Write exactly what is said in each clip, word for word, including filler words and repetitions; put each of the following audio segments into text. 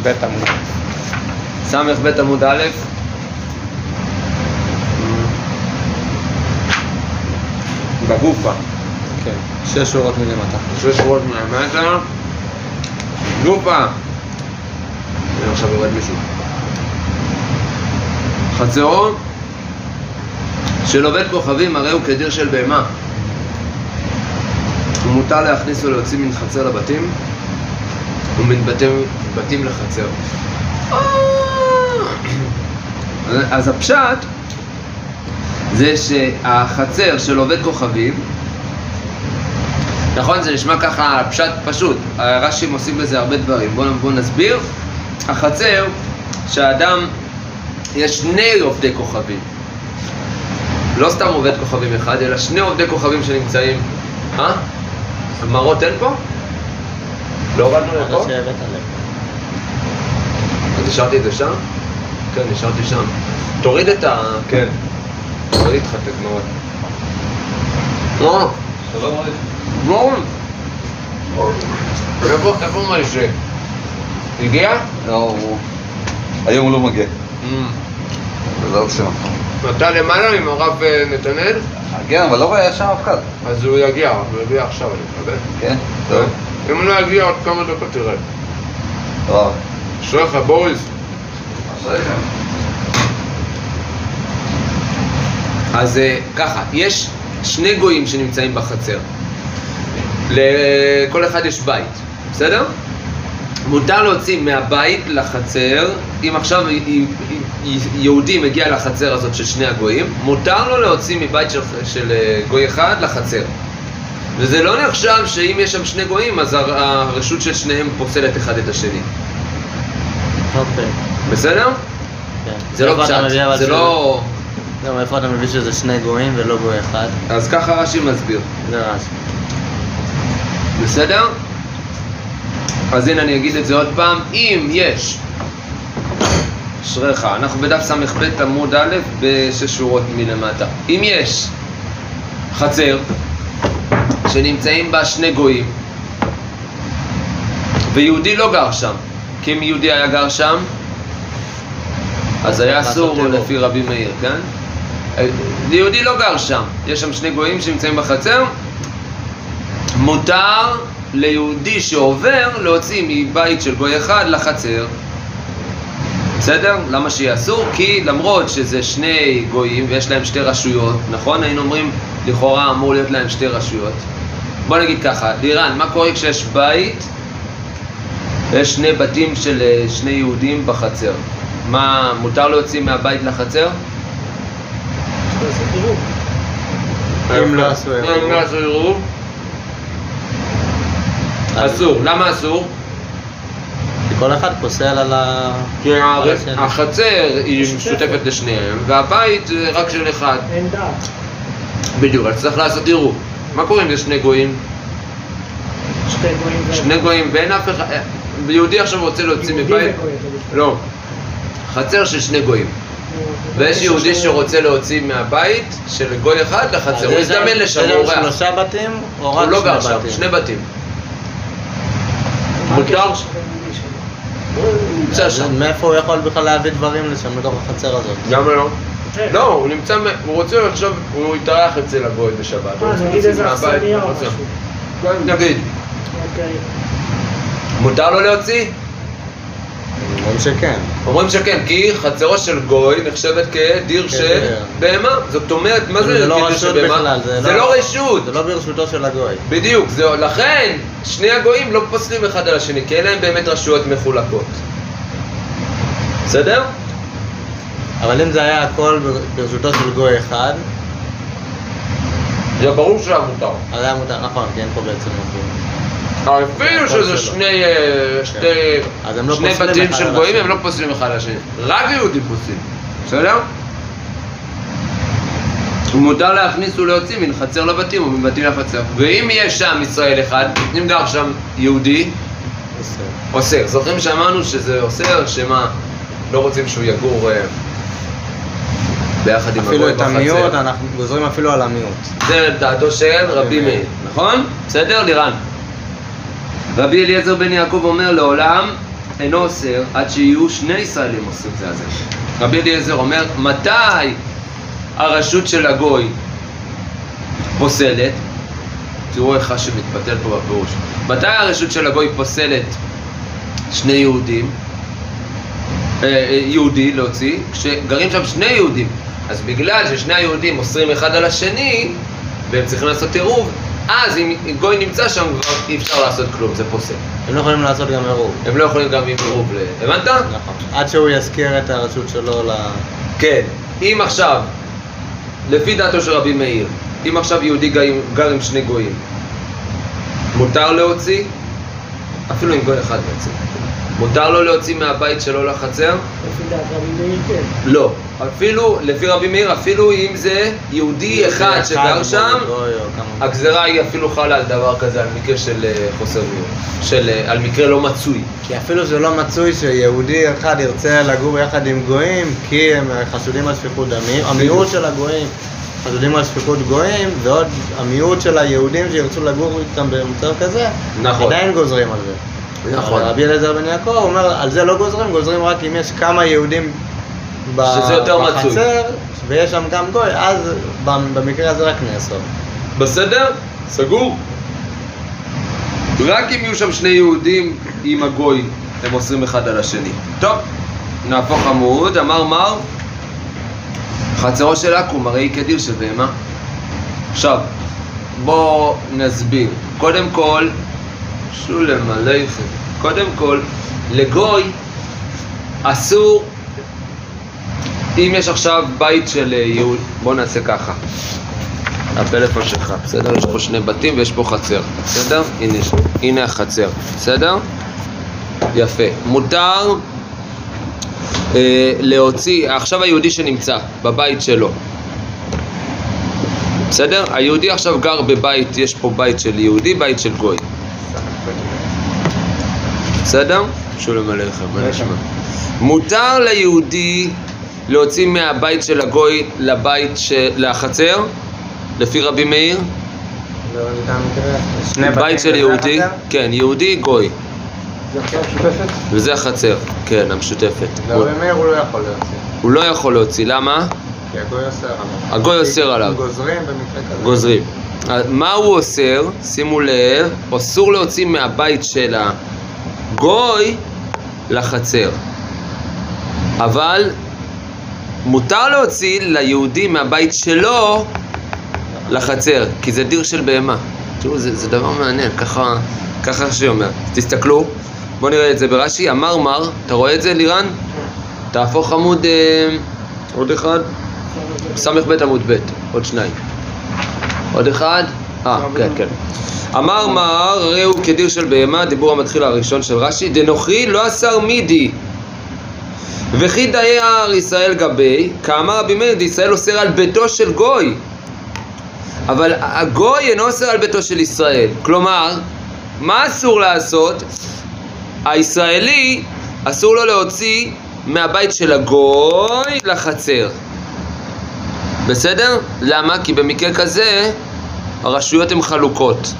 בית עמוד. סמך בית עמוד א'. בגופה. כן, שש שורות מלמטה. שש שורות מלמטה. גופה. אני עכשיו יורד מישהו. חצרו של עובד כוכבים הרי הוא כדיר של בהמה. מותר להכניס ולהוציא מן חצר לבתים ומן בתים, בתים לחצר. אז הפשט זה שהחצר של עובד כוכבים, נכון, זה נשמע ככה פשט פשוט, הרש"ים עושים בזה הרבה דברים. בואו בוא נסביר. החצר שהאדם, יש שני עובדי כוכבים, לא סתם עובד כוכבים אחד, אלא שני עובדי כוכבים שנמצאים. אה? מרות אין פה? לא הורדנו לפה? אז השארתי את זה שם? כן, השארתי שם. תוריד את ה... כן. תוריד איתך את הגמרות. לא. שלום רב. לא. איפה, איפה מה יש? הגיע? לא, היום הוא לא מגיע. זה לא בסדר. אתה למעלה עם הרב נתנאל? כן, אבל לא היה שם אף אחד. אז הוא יגיע, הוא יגיע עכשיו, אני מקווה. כן? טוב. אם הוא לא יגיע עוד כמה דקות תראה. טוב. שלך, בוריס. אז ככה, יש שני גויים שנמצאים בחצר. לכל אחד יש בית, בסדר? מותר להוציא מהבית לחצר, אם עכשיו יהודי מגיע לחצר הזאת של שני הגויים, מותר לו להוציא מבית של, של גוי אחד לחצר. וזה לא נחשב שאם יש שם שני גויים, אז הרשות של שניהם פוסלת אחד את השני. אוקיי. בסדר? כן. זה לא פשט, זה לא... גם איפה אתה מביא שזה שני גויים ולא גוי אחד? אז ככה רש"י מסביר. זה רש"י. בסדר? אז הנה אני אגיד את זה עוד פעם. אם יש, אשריך, אנחנו בדף ס"ב עמוד א' בשש שורות מלמטה. אם יש חצר שנמצאים בה שני גויים ויהודי לא גר שם, כי אם יהודי היה גר שם אז היה אסור לפי רבי מאיר, כן? יהודי לא גר שם, יש שם שני גויים שנמצאים בחצר, מותר ליהודי שעובר להוציא מבית של גוי אחד לחצר. בסדר? למה שיהיה אסור? כי למרות שזה שני גויים ויש להם שתי רשויות, נכון? היינו אומרים לכאורה אמור להיות להם שתי רשויות. בוא נגיד ככה, לירן, מה קורה כשיש בית ויש שני בתים של שני יהודים בחצר? מה, מותר להוציא מהבית לחצר? אם לא עשו עירוב. אם לא עשו עירוב? אסור. למה אסור? כי כל אחד פוסל על ה... כי החצר היא משותפת לשניהם והבית רק של אחד. אין דעת. בדיוק, אז צריך לעשות עירוב. מה קורה אם יש שני גויים? שתי גויים ו... שני גויים ואין אף אחד... יהודי עכשיו רוצה להוציא מבית... לא. חצר של שני גויים. ויש יהודי שרוצה להוציא מהבית של גוי אחד לחצר. הוא הזדמן לשם, הוא אורח. שלושה בתים או רק הוא לא גר שני שם, בתים? שני בתים. מותר? נמצא שם. מאיפה הוא יכול בכלל להביא דברים לשם, מתוך החצר הזאת? למה לא? לא, הוא נמצא, הוא רוצה עכשיו, הוא יתארח אצל הגוי בשבת. אה, נגיד איזה אכסניה או משהו. נגיד. אוקיי. מותר לו להוציא? אומרים שכן. אומרים שכן, כי חצרו של גוי נחשבת כדיר של בהמה. זאת אומרת, מה זה זה לא דיר רשות של בהמה? בכלל, זה לא רשות. זה לא ברשותו של הגוי. בדיוק, לכן שני הגויים לא פוסלים אחד על השני, כי אין להם באמת רשויות מחולקות. בסדר? אבל אם זה היה הכל ברשותו של גוי אחד, זה ברור שהיה מותר. אז היה מותר, נכון, כי אין פה בעצם מותר. אפילו שזה שני שני בתים של גויים, הם לא פוסלים אחד על השני. רק יהודים פוסלים. בסדר? הוא מותר להכניס ולהוציא מן חצר לבתים ומבתים לחצר. ואם יש שם ישראל אחד, אם גר שם יהודי, אוסר. זוכרים שאמרנו שזה אוסר, שמה לא רוצים שהוא יגור ביחד עם הגוי בחצר. אפילו את המיעוט, אנחנו גוזרים אפילו על המיעוט. זה דעתו של רבי מאיר, נכון? בסדר, לירן? רבי אליעזר בן יעקב אומר לעולם, אינו אוסר עד שיהיו שני ישראלים עושים זה הזה. רבי אליעזר אומר, מתי הרשות של הגוי פוסלת? תראו איך שמתפתל פה בפירוש. מתי הרשות של הגוי פוסלת שני יהודים? יהודי להוציא, כשגרים שם שני יהודים. אז בגלל ששני היהודים אוסרים אחד על השני, והם צריכים לעשות עירוב, אז אם גוי נמצא שם כבר אי אפשר לעשות כלום, זה פוסל. הם לא יכולים לעשות גם עירוב. הם לא יכולים גם עם עירוב, הבנת? נכון. עד שהוא יזכיר את הרשות שלו ל... כן. אם עכשיו, לפי דעתו של רבי מאיר, אם עכשיו יהודי גר עם שני גויים, מותר להוציא? אפילו עם גוי אחד בעצם. מותר לו להוציא מהבית שלו לחצר? לפי דעת רבי מאיר כן. לא. אפילו, לפי רבי מאיר, אפילו אם זה יהודי אחד שגר שם, הגזרה היא אפילו חלה על דבר כזה, על מקרה של חוסר מיעוט, של, על מקרה לא מצוי. כי אפילו זה לא מצוי שיהודי אחד ירצה לגור יחד עם גויים, כי הם חשודים על שפיכות דמים, המיעוט של הגויים חשודים על שפיכות גויים, ועוד המיעוט של היהודים שירצו לגור איתם במצב כזה, נכון. עדיין גוזרים על זה. נכון. רבי אליעזר בן יעקב אומר, על זה לא גוזרים, גוזרים רק אם יש כמה יהודים שזה יותר מצוי. בחצר, ויש שם גם גוי, אז במקרה הזה רק נאסור. בסדר? סגור? רק אם יהיו שם שני יהודים עם הגוי, הם אוסרים אחד על השני. טוב, נהפוך עמוד, אמר מר, חצרו של עכו"ם, הרי היא כדיר של בהמה. עכשיו, בואו נסביר. קודם כל, שולם עליכם. קודם כל, לגוי אסור, אם יש עכשיו בית של יהוד, בואו נעשה ככה. הפלאפון שלך, בסדר? יש פה שני בתים ויש פה חצר, בסדר? הנה, הנה החצר, בסדר? יפה. מותר אה, להוציא, עכשיו היהודי שנמצא בבית שלו, בסדר? היהודי עכשיו גר בבית, יש פה בית של יהודי, בית של גוי. בסדר? שולם עליכם, מה נשמע? מותר ליהודי להוציא מהבית של הגוי לבית של החצר, לפי רבי מאיר? בית של יהודי, כן, יהודי גוי. זה החצר המשותפת? וזה החצר, כן, המשותפת. לרבי מאיר הוא לא יכול להוציא. הוא לא יכול להוציא, למה? כי הגוי אוסר עליו. הגוי אוסר עליו. גוזרים במקרה כזה. גוזרים. מה הוא אוסר? שימו לב, אסור להוציא מהבית של הגוי לחצר. אבל מותר להוציא ליהודי מהבית שלו לחצר, כי זה דיר של בהמה. תראו, זה, זה דבר מעניין, ככה, ככה שאומר. תסתכלו, בואו נראה את זה ברש"י. אמר מר, אתה רואה את זה לירן? תהפוך עמוד, אה, עוד אחד, סמך בית עמוד בית, עוד שניים. עוד אחד, אה, כן, כן. אמר מר, ראו כדיר של בהמה, דיבור המתחיל הראשון של רש"י, דנוכרי לא אסר מידי. וכי דייר ישראל גבי, כאמר רבי מאיר, דישראל אוסר על ביתו של גוי. אבל הגוי אינו אוסר על ביתו של ישראל. כלומר, מה אסור לעשות? הישראלי אסור לו להוציא מהבית של הגוי לחצר. בסדר? למה? כי במקרה כזה הרשויות הן חלוקות.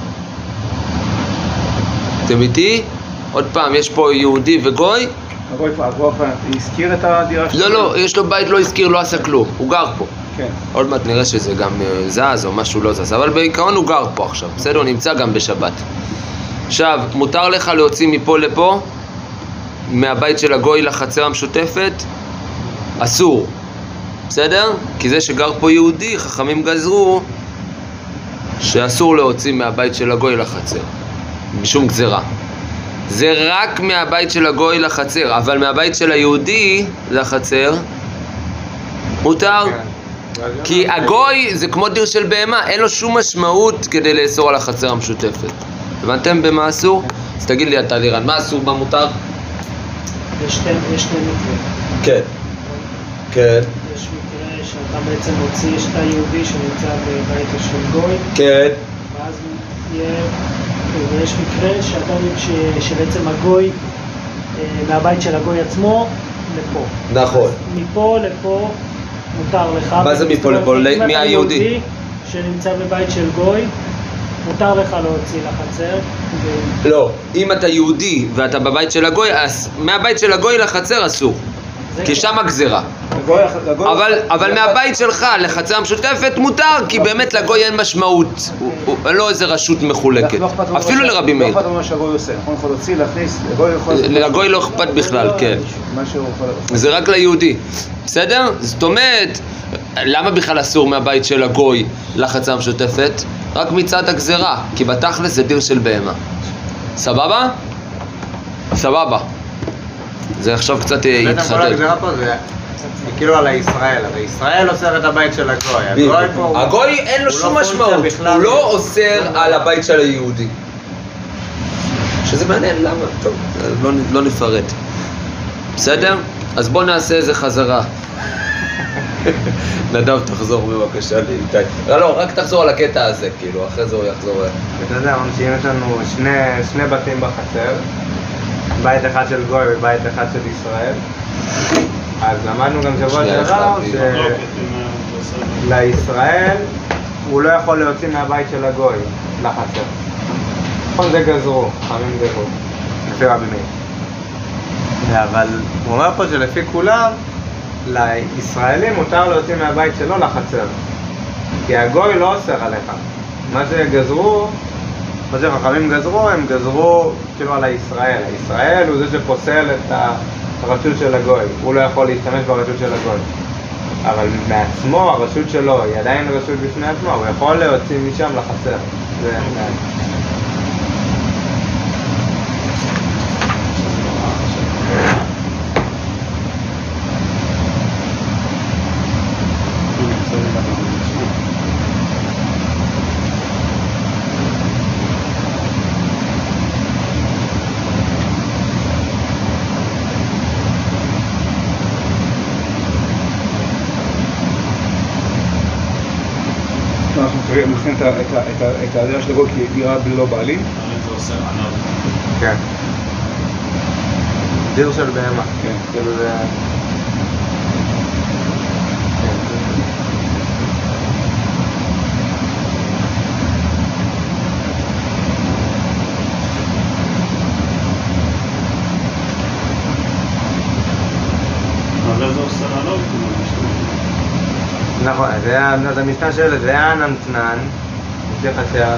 אתם איתי? עוד פעם, יש פה יהודי וגוי. הגוי פה, הגוי פה, הזכיר את הדירה שלו? לא, לא, יש לו בית, לא הזכיר, לא עשה כלום, הוא גר פה. כן. עוד מעט נראה שזה גם זז או משהו לא זז, אבל בעיקרון הוא גר פה עכשיו, בסדר? הוא נמצא גם בשבת. עכשיו, מותר לך להוציא מפה לפה, מהבית של הגוי לחצר המשותפת? אסור. בסדר? כי זה שגר פה יהודי, חכמים גזרו שאסור להוציא מהבית של הגוי לחצר. בשום גזרה. זה רק מהבית של הגוי לחצר, אבל מהבית של היהודי לחצר מותר. כי הגוי זה כמו דיר של בהמה, אין לו שום משמעות כדי לאסור על החצר המשותפת. הבנתם במה אסור? אז תגיד לי אתה לירן, מה אסור, מה מותר? יש שני מקרים. כן. כן. יש מקרה שאתה בעצם מוציא, יש את היהודי שנמצא בבית של גוי. כן. ואז יהיה, ויש מקרה שאתה ש, שבעצם הגוי, מהבית של הגוי עצמו, לפה. נכון. מפה לפה מותר לך. מה זה מפה לפה? מי היהודי? שנמצא בבית של גוי, מותר לך להוציא לחצר. לא, אם אתה יהודי ואתה בבית של הגוי, אז מהבית של הגוי לחצר אסור, כי שם הגזרה. אבל, אבל מהבית שלך לחצר המשותפת מותר, כי באמת לגוי אין משמעות, אין לו איזה רשות מחולקת, אפילו לרבי מאיר. לא אכפת מה שהגוי עושה, נכון? יכול להוציא, להכניס, לגוי לא אכפת בכלל, כן. זה רק ליהודי, בסדר? זאת אומרת, למה בכלל אסור מהבית של הגוי לחצר המשותפת? רק מצד הגזרה, כי בתכלס זה דיר של בהמה. סבבה? סבבה. זה עכשיו קצת יתחדד. בעצם כל הגזרה פה זה כאילו על הישראל, אבל ישראל אוסר את הבית של הגוי. הגוי פה... הגוי אין לו שום משמעות, הוא לא אוסר על הבית של היהודי. שזה מעניין, למה? טוב, לא, לא נפרט. בסדר? אז בוא נעשה איזה חזרה. נדב, תחזור בבקשה לאיתי. לא, לא, רק תחזור על הקטע הזה, כאילו, אחרי זה הוא יחזור. אתה יודע, שאם יש לנו שני, שני בתים בחצר, בית אחד של גוי ובית אחד של ישראל, אז למדנו גם שבוע שעבר שלישראל הוא לא יכול להוציא מהבית של הגוי לחצר. נכון, זה גזרו, חמים גזרו, לפי רבי מאיר. אבל הוא אומר פה שלפי כולם, לישראלים מותר להוציא מהבית שלו לחצר, כי הגוי לא אוסר עליך. מה שגזרו, מה שחכמים גזרו, הם גזרו כאילו על הישראל. הישראל הוא זה שפוסל את הרשות של הגוי, הוא לא יכול להשתמש ברשות של הגוי. אבל מעצמו, הרשות שלו היא עדיין רשות בפני עצמו, הוא יכול להוציא משם לחצר. זה מעט. מכין את הדעה של הגוי כדירה בלא בעלים. זה עושה ענב. כן. דיר של בהמה. כן. כאילו זה... אבל זה עושה ענב. נכון, זה המשנה שואלת, ואנן תנן, יש לך שה...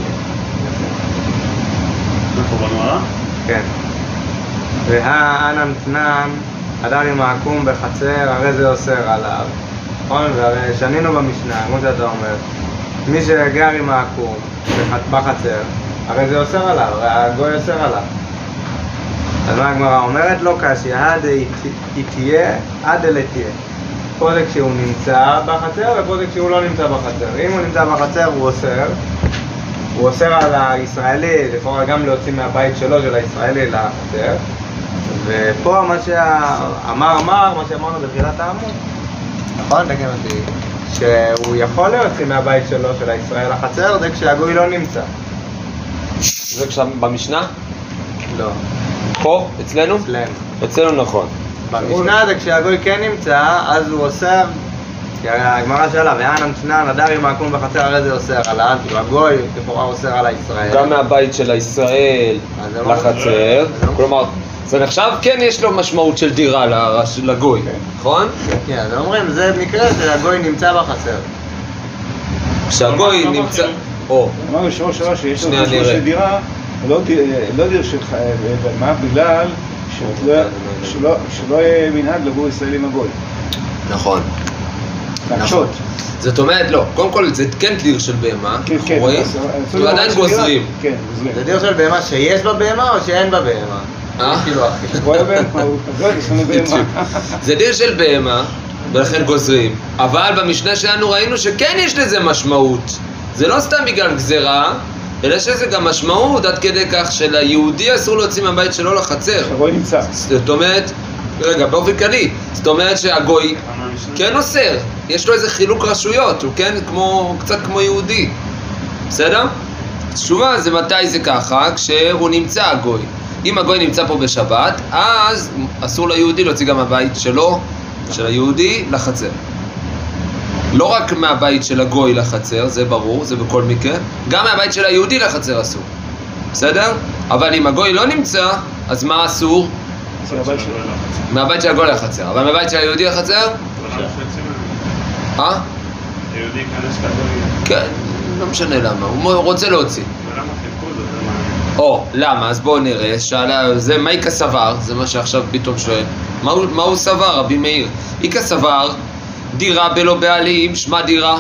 איפה בנוערה? כן. והאנן תנן, אדם עם העקום בחצר, הרי זה אוסר עליו. נכון? והרי שנינו במשנה, כמו שאתה אומר, מי שגר עם העקום בחצר, הרי זה אוסר עליו, הגוי אוסר עליו. אז מה הגמרא אומרת? לא קשיא, עד היא תהיה, עד אלה תהיה. פה זה כשהוא נמצא בחצר, ופה זה כשהוא לא נמצא בחצר. אם הוא נמצא בחצר הוא אוסר, הוא אוסר על הישראלי, לפעמים גם להוציא מהבית שלו של הישראלי לחצר. ופה מה שאמר אמר, מה שאמרנו בתחילת העמוד, נכון? תקן אותי, שהוא יכול להוציא מהבית שלו של הישראל לחצר, זה כשהגוי לא נמצא. זה עכשיו במשנה? לא. פה? אצלנו? אצלנו. אצלנו נכון. במשנה זה כשהגוי כן נמצא, אז הוא אוסר, כי הגמרא שאלה, ואנן תנן, הדר עם העקום בחצר, הרי זה אוסר עליו, כאילו הגוי לכאורה אוסר על הישראל. גם מהבית של הישראל לחצר, כלומר, זה נחשב כן יש לו משמעות של דירה לגוי, נכון? כן, אז אומרים, זה מקרה שהגוי נמצא בחצר. כשהגוי נמצא... או, אמרנו שראש שעה שיש לו משמעות של דירה, לא דיר של מה? בגלל שלא יהיה מנהג לגור ישראלי עם הגוי. נכון. להקשות. זאת אומרת, לא, קודם כל זה כן דיר של בהמה, אנחנו רואים? זה עדיין גוזרים. כן, גוזרים. זה דיר של בהמה שיש בה בהמה או שאין בה בהמה? אה? כאילו אחי. הוא היה בהמה, הוא גוזר, יש לנו בהמה. זה דיר של בהמה, ולכן גוזרים. אבל במשנה שלנו ראינו שכן יש לזה משמעות. זה לא סתם בגלל גזרה, אלא שזה גם משמעות עד כדי כך שליהודי אסור להוציא מהבית שלו לחצר. הגוי נמצא. זאת אומרת, רגע, באופן כללי, זאת אומרת שהגוי כן אוסר, יש לו איזה חילוק רשויות, הוא כן כמו, קצת כמו יהודי, בסדר? תשובה זה מתי זה ככה, כשהוא נמצא הגוי. אם הגוי נמצא פה בשבת, אז אסור ליהודי להוציא גם מהבית שלו, של היהודי, לחצר. לא רק מהבית של הגוי לחצר, זה ברור, זה בכל מקרה, גם מהבית של היהודי לחצר אסור. בסדר? אבל אם הגוי לא נמצא, אז מה אסור? זה הבית שלו. מהבית של הגוי לחצר, אבל מהבית של היהודי לחצר? אה? היהודי כנס כגוי. כן, לא משנה למה, הוא רוצה להוציא. ולמה חילקו את זה? זה מעניין. או, למה? אז בואו נראה, שאלה, זה מה איקה סבר? זה מה שעכשיו ביטון שואל. מה הוא, מה הוא סבר, רבי מאיר? איקה סבר, דירה בלא בעלים, שמה דירה?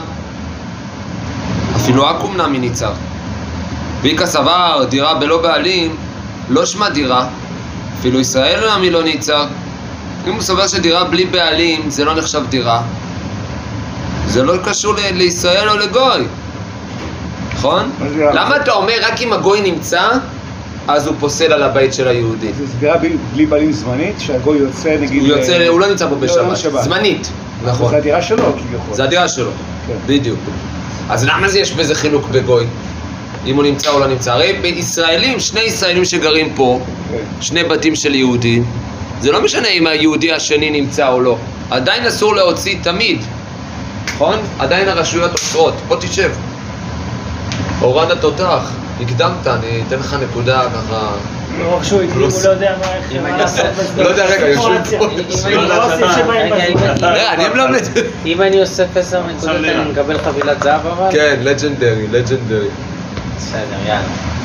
אפילו עכו"ם נמי ניצר. ואיקה סבר, דירה בלא בעלים, לא שמה דירה, אפילו ישראל נמי לא ניצר. אם הוא סבר שדירה בלי בעלים, זה לא נחשב דירה. זה לא קשור ל- לישראל או לגוי. נכון? מה זה דירה? למה אתה אומר רק אם הגוי נמצא, אז הוא פוסל על הבית של היהודי? זה דירה בלי- בלי בעלים זמנית, שהגוי יוצא נגיד... הוא יוצא, אה, הוא לא נמצא פה לא, לא בשבת, בשבת. זמנית. נכון. זה הדירה שלו כביכול. זה הדירה שלו, כן. בדיוק. אז למה זה יש בזה חילוק בגוי? אם הוא נמצא או לא נמצא? הרי בישראלים, שני ישראלים שגרים פה, כן. שני בתים של יהודים, זה לא משנה אם היהודי השני נמצא או לא. עדיין אסור להוציא תמיד, נכון? עדיין הרשויות אוסרות. בוא תשב. אורן התותח, הקדמת, אני אתן לך נקודה ככה. לא רק שהוא הקדים, הוא לא יודע מה איך מה לעשות לא יודע, רגע, יושבים פה. לא עושים שבאים בזמן. רגע, אני מלמד. אם אני עושה עשר נקודות אני מקבל חבילת זהב אבל? כן, לג'נדרי, לג'נדרי. בסדר, יאללה.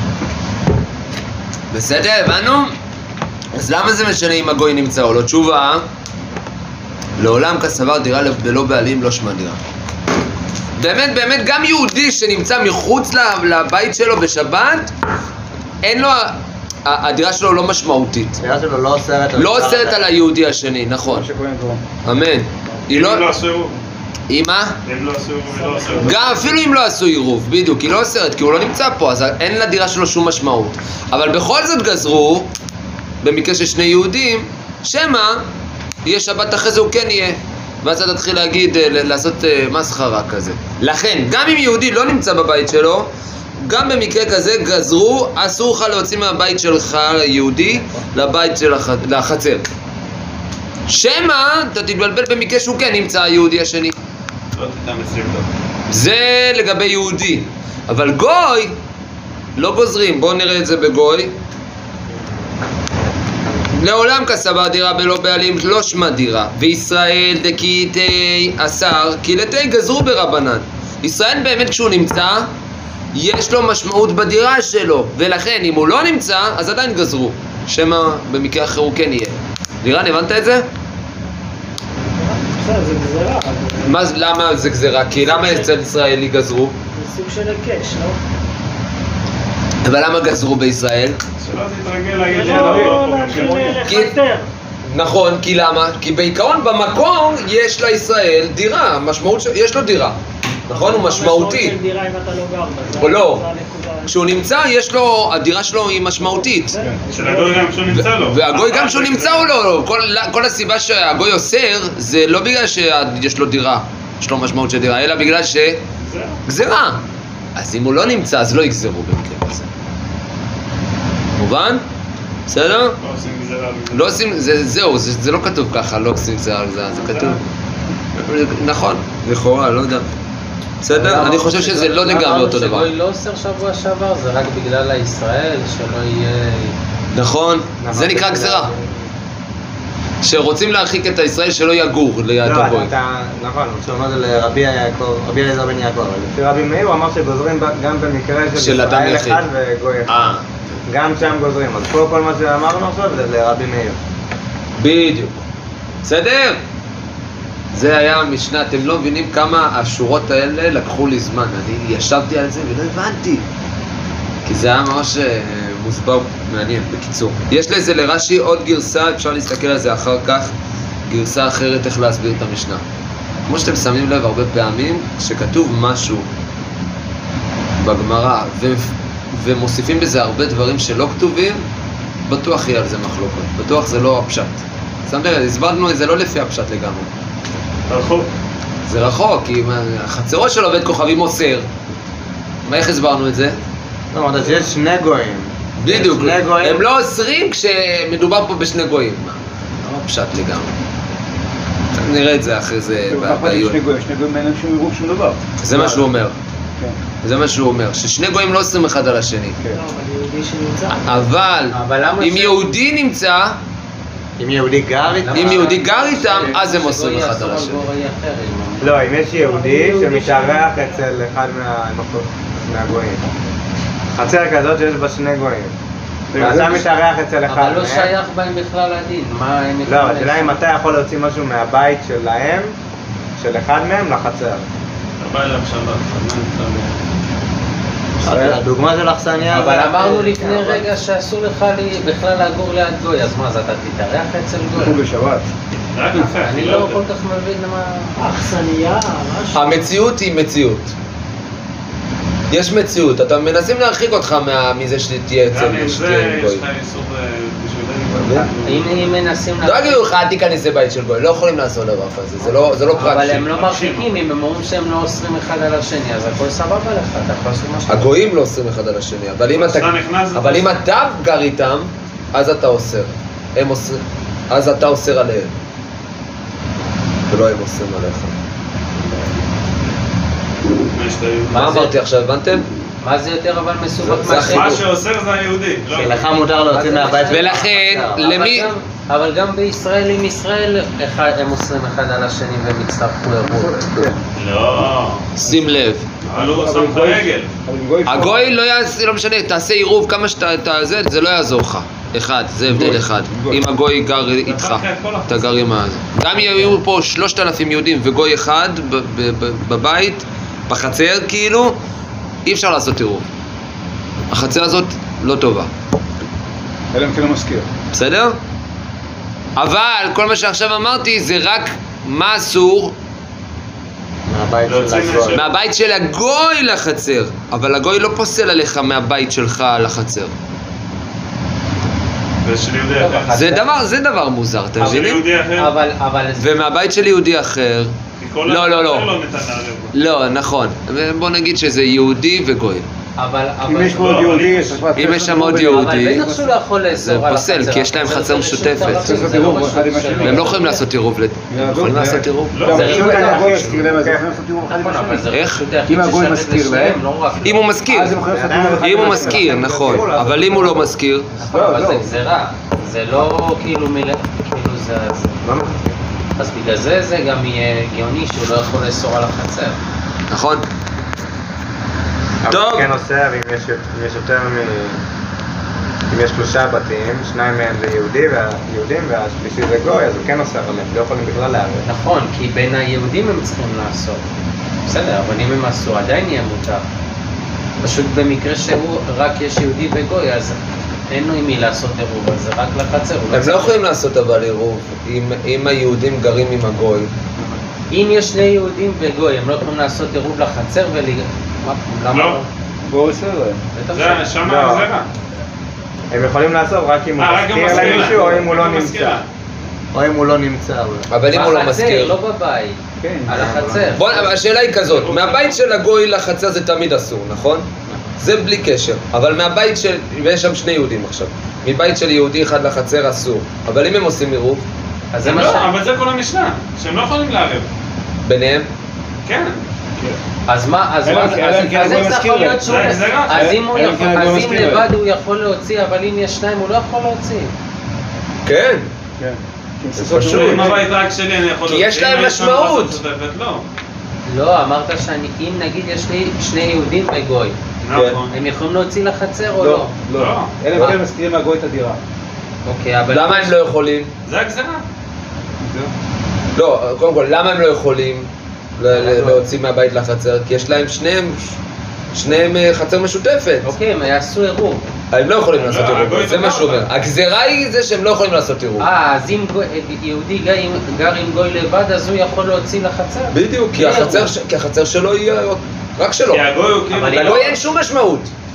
בסדר, הבנו? אז למה זה משנה אם הגוי נמצא או לא? תשובה, לעולם כסבר דירה בלא בעלים לא שמה דירה. באמת, באמת, גם יהודי שנמצא מחוץ לבית שלו בשבת, אין לו, הדירה שלו לא משמעותית. הדירה שלו לא אוסרת על... לא אוסרת על היהודי השני, נכון. מה שקוראים פה. אמן. היא אם לא... לא עשו עירוב. היא מה? אם לא עשו עירוב, היא לא עשו עירוב. גם אפילו אם לא עשו עירוב, בדיוק, היא לא אוסרת, כי הוא לא נמצא פה, אז אין לדירה שלו שום משמעות. אבל בכל זאת גזרו, במקרה של שני יהודים, שמה, יהיה שבת אחרי זה הוא כן יהיה. ואז אתה תתחיל להגיד, לעשות מסחרה כזה. לכן, גם אם יהודי לא נמצא בבית שלו, גם במקרה כזה גזרו, אסור לך להוציא מהבית שלך, יהודי, לבית של הח... לחצר. שמה, אתה תתבלבל במקרה שהוא כן נמצא היהודי השני. לא תיתן עשרים דקות. זה לגבי יהודי. אבל גוי, לא גוזרים. בואו נראה את זה בגוי. לעולם כסבר דירה בלא בעלים לא שמה דירה. וישראל דקייתי אסר קהילתי גזרו ברבנן. ישראל באמת כשהוא נמצא, יש לו משמעות בדירה שלו. ולכן אם הוא לא נמצא, אז עדיין גזרו. שמה במקרה אחר הוא כן יהיה. לירן, הבנת את זה? בסדר, זה גזרה. מה, למה זה גזרה? כי למה אצל ישראלי גזרו? זה סוג של היקש, לא? אבל למה גזרו בישראל? שלא תתרגל להגיד לא, לא, להתחיל כי- לחלטר. נכון, כי למה? כי בעיקרון במקום יש לישראל דירה, משמעות ש... יש לו דירה, נכון? הוא משמעותי. המשמעות של דירה אם אתה לא גר בה. זה- או לא. זה הנקודה. כשהוא נמצא, יש לו, הדירה שלו היא משמעותית. של הגוי גם כשהוא נמצא לו. והגוי גם כשהוא נמצא או לא, כל, כל הסיבה שהגוי אוסר זה לא בגלל שיש לו דירה, יש לו משמעות של דירה, אלא בגלל ש... גזירה. אז אם הוא לא נמצא, אז לא יגזרו במקרה כזה. מובן? בסדר? לא עושים גזרה על זה. לא עושים, זה, זהו, זה, זה לא כתוב ככה, לא עושים גזירה על זה, זה כתוב. נכון, לכאורה, לא יודע. בסדר? אני חושב שזה לא לגמרי אותו דבר. שגוי לא אוסר שבוע שעבר, זה רק בגלל הישראל, שלא יהיה... נכון, זה נקרא גזירה. שרוצים להרחיק את הישראל שלא יגור ליד לא, הגוי. אתה, נכון, שהוא אומר את זה לרבי יעקב, רבי אליעזר בן יעקב, אבל לפי רבי מאיר הוא אמר שגוזרים ב- גם במקרה של של אדם ישראל יחיד. אחד וגוי אחד. אה, גם שם גוזרים, אז פה כל מה שאמרנו עכשיו זה לרבי מאיר. בדיוק. בסדר? זה היה המשנה, אתם לא מבינים כמה השורות האלה לקחו לי זמן. אני ישבתי על זה ולא הבנתי. כי זה היה ממש אה, מוסבר מעניין, בקיצור. יש לזה לרש"י עוד גרסה, אפשר להסתכל על זה אחר כך, גרסה אחרת איך להסביר את המשנה. כמו שאתם שמים לב הרבה פעמים, שכתוב משהו בגמרא ו- ומוסיפים בזה הרבה דברים שלא כתובים, בטוח יהיה על זה מחלוקות. בטוח זה לא הפשט. שמת לב, הסברנו את זה לא לפי הפשט לגמרי. רחוק. זה רחוק, כי החצרו של עובד כוכבים אוסר. מה, איך הסברנו את זה? זאת אומרת, שיש שני גויים. בדיוק, שני גויים. הם לא אוסרים כשמדובר פה בשני גויים. לא פשט לגמרי. נראה את זה אחרי זה ככה יש בעיון. שני גויים, שני גויים אין להם שום עירוב שום דבר. זה מה שהוא אומר. זה מה שהוא אומר, ששני גויים לא אוסרים אחד על השני. לא, אבל יהודי שנמצא. אבל אבל למה אם ש- יהודי נמצא, אם יהודי גר איתם, אם יהודי גר איתם, אז הם אוסרים שגוי אחד יאסור על השני. גוי אחר, אם- לא, אם יש יהודי שמתארח אצל אחד מה- מהגויים. חצר כזאת שיש בה שני גויים. ואתה מתארח אצל אחד אבל לא מהם. שייך בהם בכלל הדין, מה הם לא, יכולים השאלה אם אתה יכול להוציא משהו מהבית שלהם, של אחד מהם, לחצר. אתה בא אליו שבת, הדוגמה של אכסניה... אבל זה- אמרנו לפני רגע שאסור לך לי- בכלל לגור ליד גוי, אז מה, אז אתה תתארח אצל אנחנו גוי? בשבת. רק יפה, אני לא כל כך מבין למה... אכסניה, משהו. המציאות היא מציאות. יש מציאות, אתה מנסים להרחיק אותך מה- מזה שתהיה אצל גם עם שתהיה זה עם יש גוי. לך איסור אה, בשבילנו. אם אם מנסים... לא יגידו לך, אל תיכנס לבית של גוי, לא יכולים לעשות דבר כזה, זה לא זה לא אבל פרקטי. הם לא מרחיקים, אם הם אומרים שהם לא אוסרים אחד על השני, אז הכל סבבה לך, אתה יכול לעשות מה שאתה... הגויים לא אוסרים אחד על השני, אבל אם אתה אתה נכנס, אבל אתה אם אתה גר איתם, אז אתה אוסר. הם אוסרים, אז אתה אוסר עליהם. ולא הם אוסרים עליך. יש את היהודי. מה מה זה? אמרתי עכשיו, הבנתם? מה זה יותר אבל מסובך זה מהשני? מה שאוסר זה היהודי. לא לך מותר להוציא מהבית שלך. ולכן, לחצר. למי... אבל גם- אבל גם בישראל עם ישראל, אחד- הם אוסרים אחד על השני והם יצטרכו ערבות. לא. שים לב. אבל הוא אבל שם לך גוי- רגל. אבל עם גוי... הגוי לא יעשה, לא משנה, תעשה עירוב כמה שאתה, אתה- זה, זה לא יעזור לך. אחד, זה הבדל גוי, אחד. גוי. אם הגוי גר איתך, לך את כל אתה גר עם ה... גם אם יהיו פה שלושת אלפים יהודים וגוי אחד ב- ב- ב- בבית, בחצר כאילו, אי אפשר לעשות עירוב. החצר הזאת לא טובה, אלא אם כן הוא מזכיר. בסדר? אבל כל מה שעכשיו אמרתי זה רק מה אסור מהבית להוציא של הגוי. נשק. מהבית של הגוי לחצר, אבל הגוי לא פוסל עליך מהבית שלך לחצר. ושל יהודי אחר. זה דבר, זה דבר מוזר, אתם של מבינים? יהודי אחר. אבל, אבל... ומהבית של יהודי אחר, כי כל לא, אחד לא, לא. אחר לא ניתן לערב בו. לא, נכון. בוא נגיד שזה יהודי וגוי. אבל... אם אבל... יש פה עוד לא, יהודי, אני- צריך לעשות אם יש שם ערבוב עוד בין- יהודי- אבל בטח שהוא לא יכול זה לאסור על פוסל, החצר. כי יש להם זה- חצר זה משותפת. רשות צריך זה לא ערבוב רשות אחד עם של- השני. והם לא יכולים לעשות עירוב, לת- יעזור, יכולים זה- לעשות עירוב? לא, גם זה אם רשות הגוי היחיד. יזכיר להם, אז הם יכולים לעשות ערבוב אחד עם נכון, אבל זה השני. איך? רשות היחיד אם הגוי ששייכת מזכיר לשניהם, להם, לא רק... אם הוא מזכיר, אז הם יכולים לעשות ערבוב אחד אם הוא עם מזכיר, השני. נכון, אבל אם הוא לא מזכיר, נכון, לא, אבל לא. זה גזירה, זה לא כאילו מילה, כאילו זה... זה- אז בגלל זה זה גם יהיה הגיוני שהוא לא יכול לאסור על החצר. נכון? אבל טוב. כן אוסר, אם יש אם יש יותר מ... אם יש שלושה בתים, שניים מהם זה יהודי והיהודים והשלישי זה גוי, אז הוא כן אוסר עליהם, לא יכולים בכלל לערב. נכון, כי בין היהודים הם צריכים לעשות. בסדר, אבל אם הם עשו, עדיין יהיה מותר. פשוט במקרה שהוא רק יש יהודי וגוי, אז אין לו עם מי לעשות עירוב, אז זה רק לחצר. הוא הם לא צריך- יכולים לעשות אבל עירוב אם- אם היהודים גרים עם הגוי. אם יש שני יהודים וגוי, הם לא יכולים לעשות עירוב לחצר ול... מה, למה לא. והוא עושה להם. בטח זה ש- שם לא. הגזירה. הם יכולים לעשות רק אם הוא אה, רק אם מזכיר מזכיר למישהו או אם הוא לא רק אם נמצא. מזכיר. או אם הוא לא נמצא. אולי. אבל אם הוא לא בחצר, מזכיר. לא בבית, כן. על החצר. בוא, אבל השאלה היא כזאת, מהבית של הגוי לחצר זה תמיד אסור, נכון? זה בלי קשר, אבל מהבית של, ויש שם שני יהודים עכשיו, מבית של יהודי אחד לחצר אסור, אבל אם הם עושים עירוב אז זה מה לא, ש... אבל זה כל המשנה, שהם לא יכולים לערב. ביניהם, כן. אז מה, אז אלא מה, אם כן- אז אלא אם כן אז הגוי איך זה מזכיר יכול להם. להיות שהוא... זה הגזירה. אז אם הוא אלא אם יכול- כן הגוי אז אם מזכיר לבד להם. הוא יכול להוציא, אבל אם יש שניים הוא לא יכול להוציא. כן, כן. זה פשוט. פשוט. אם הבית רק שלי אני יכול... כי יש אם להם יש לנו משמעות. רשות משותפת, לא. לא, אמרת שאני, אם נגיד יש לי שני יהודים וגוי, נכון. הם יכולים להוציא לחצר או לא, לא? לא. לא. אלא אם כן מזכירים מהגוי את הדירה. אוקיי, אבל... למה הם לא יכולים? זה הגזירה. לא, קודם כל, למה הם לא יכולים ל- ל- להוציא מהבית לחצר? כי יש להם שניהם, שניהם אה, חצר משותפת. אוקיי, הם יעשו עירוב. הם לא יכולים לעשות לא, עירוב, הגוי זה מה תבע שהוא אומר. אותם. הגזירה היא זה שהם לא יכולים לעשות עירוב. אה, אז אם גוי- יהודי גר עם- גר עם גוי לבד, אז הוא יכול להוציא לחצר? בדיוק, כי זה החצר עירוב. ש- כי החצר שלו היא רק שלו. כי הגוי הוא כאילו... אבל לגוי אין שום משמעות.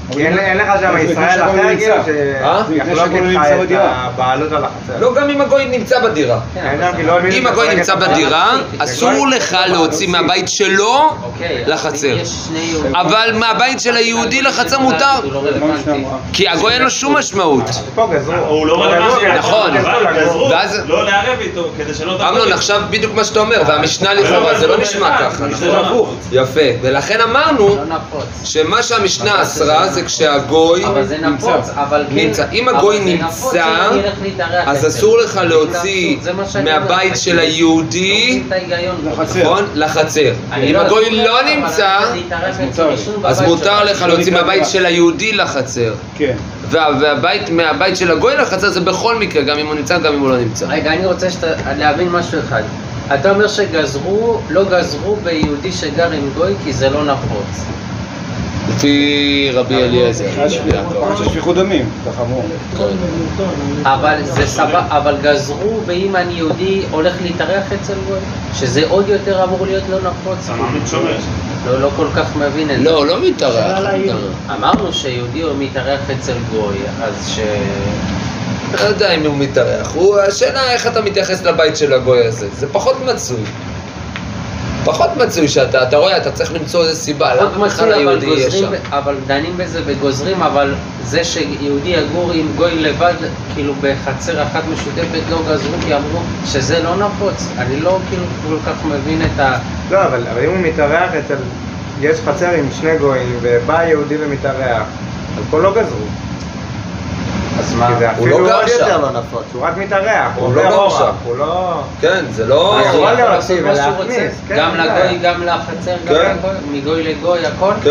כי אין אין לך שם אבל ישראל לפני שהגוי אחר, נמצא. כאילו, אה? שיחלוק לפני שהגוי איתך נמצא את בדירה. הבעלות על החצר. לא, גם אם הגוי נמצא בדירה. אין שם, כאילו, מי אם הגוי משחק נמצא את הבעלות. בדירה, אסור לך להוציא מהבית שלו אוקיי, לחצר. אז אם יש שני יהודים- אבל מהבית של היהודי לחצר מותר. הוא לא מה רלוונטי. משנה אמרה? כי הגוי אין לו שום משמעות. פה גזרו. הוא לא רלוונטי. נכון. גזרו, ואז- לא לערב איתו, כדי שלא תבוא. אמנון, עכשיו בדיוק מה שאתה אומר, והמשנה לכאורה, זה לא נשמע ככה, זה נכון? הפוך. יפה, ולכן אמרנו לא נפוץ. שמה שהמשנה אסרה זה כשהגוי אבל זה נפוץ, אבל כן... נמצא. אם אבל הגוי זה נפוץ נמצא, אם אני אלך להתארח אז אצל. אסור לך להוציא זה מה שאני אומר, מהבית זה של כאילו- היהודי, לא מבין את ההיגיון. לחצר. נכון? לחצר. אני אם לא הגוי אסור לא לך, אבל נמצא, אני להתארח אצל מותר לי. מישהו אז בבית מותר שלו. לך להוציא לא מהבית נקרא של היהודי לחצר. כן. וה- והבית, מהבית של הגוי לחצר זה בכל מקרה, גם אם הוא נמצא, גם אם הוא לא נמצא. רגע, אני רוצה שת... להבין משהו אחד. אתה אומר שגזרו, לא גזרו ביהודי שגר עם גוי כי זה לא נפוץ. לפי רבי אליעזר. של שפיכות דמים, ככה אמרו. אבל זה סבבה, אבל גזרו באם אני יהודי הולך להתארח אצל גוי, שזה עוד יותר אמור להיות לא נפוץ. אמרנו שומר. לא, לא כל כך מבין את זה. לא, לא מתארח. שאלה לעיר. אמרנו שיהודי הוא מתארח אצל גוי, אז ש... לא יודע אם הוא מתארח. הוא, השאלה איך אתה מתייחס לבית של הגוי הזה. זה פחות מצוי. פחות מצוי שאתה, אתה רואה, אתה צריך למצוא איזה סיבה. פחות למה בכלל מצוי, אבל היהודי יהיה גוזרים, שם? אבל דנים בזה וגוזרים, אבל זה שיהודי יגור עם גוי לבד, כאילו בחצר אחת משותפת, לא גזרו כי אמרו שזה לא נפוץ. אני לא כאילו כל כך מבין את ה... לא, אבל אבל אם הוא מתארח אצל... יש חצר עם שני גויים, ובא יהודי ומתארח, אז פה לא גזרו. אז מה? כי זה הוא לא אפילו גר עוד שם. יותר לא נפוץ, הוא רק מתארח, הוא הוא לא עובר גר אורח, שם. הוא לא... כן, זה לא... הוא יכול יכול להוציא לעשות מה שהוא ולהכניס, רוצה, כן, גם זה. לגוי, גם לחצר, גם כן. לגוי, מגוי לגוי, הכל? כן.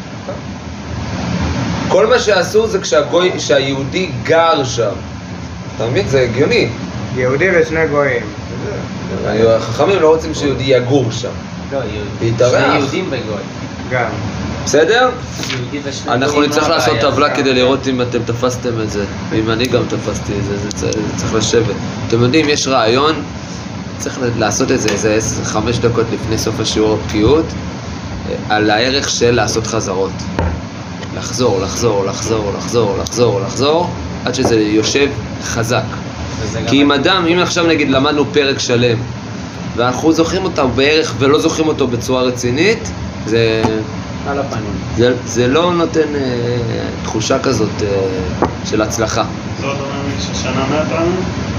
כל מה שעשו זה כשהגוי, שהיהודי גר שם. אתה מבין? זה הגיוני. יהודי ושני גויים. החכמים לא רוצים שיהודי יגור שם. לא, יהודי. להתארח. שני יהודים בגוי. גם. בסדר? יהודי ושני אנחנו גויים, נצטרך לא לעשות הבעיה. טבלה כדי לראות אם אתם תפסתם את זה. אם אני גם תפסתי את זה, זה צ- זה צריך לשבת. אתם יודעים, יש רעיון, צריך לעשות את זה איזה עשר, חמש דקות לפני סוף השיעור הבקיאות, אה, על הערך של לעשות חזרות. לחזור, לחזור, לחזור, לחזור, לחזור, לחזור, עד שזה יושב חזק. וזה גם- כי אם אדם, אם עכשיו נגיד למדנו פרק שלם, ואנחנו זוכרים אותו בערך ולא זוכרים אותו בצורה רצינית, זה... על הפנים. זה, זה לא נותן אה, תחושה כזאת אה, של הצלחה, זאת אומרת ששנה מאה פעמים,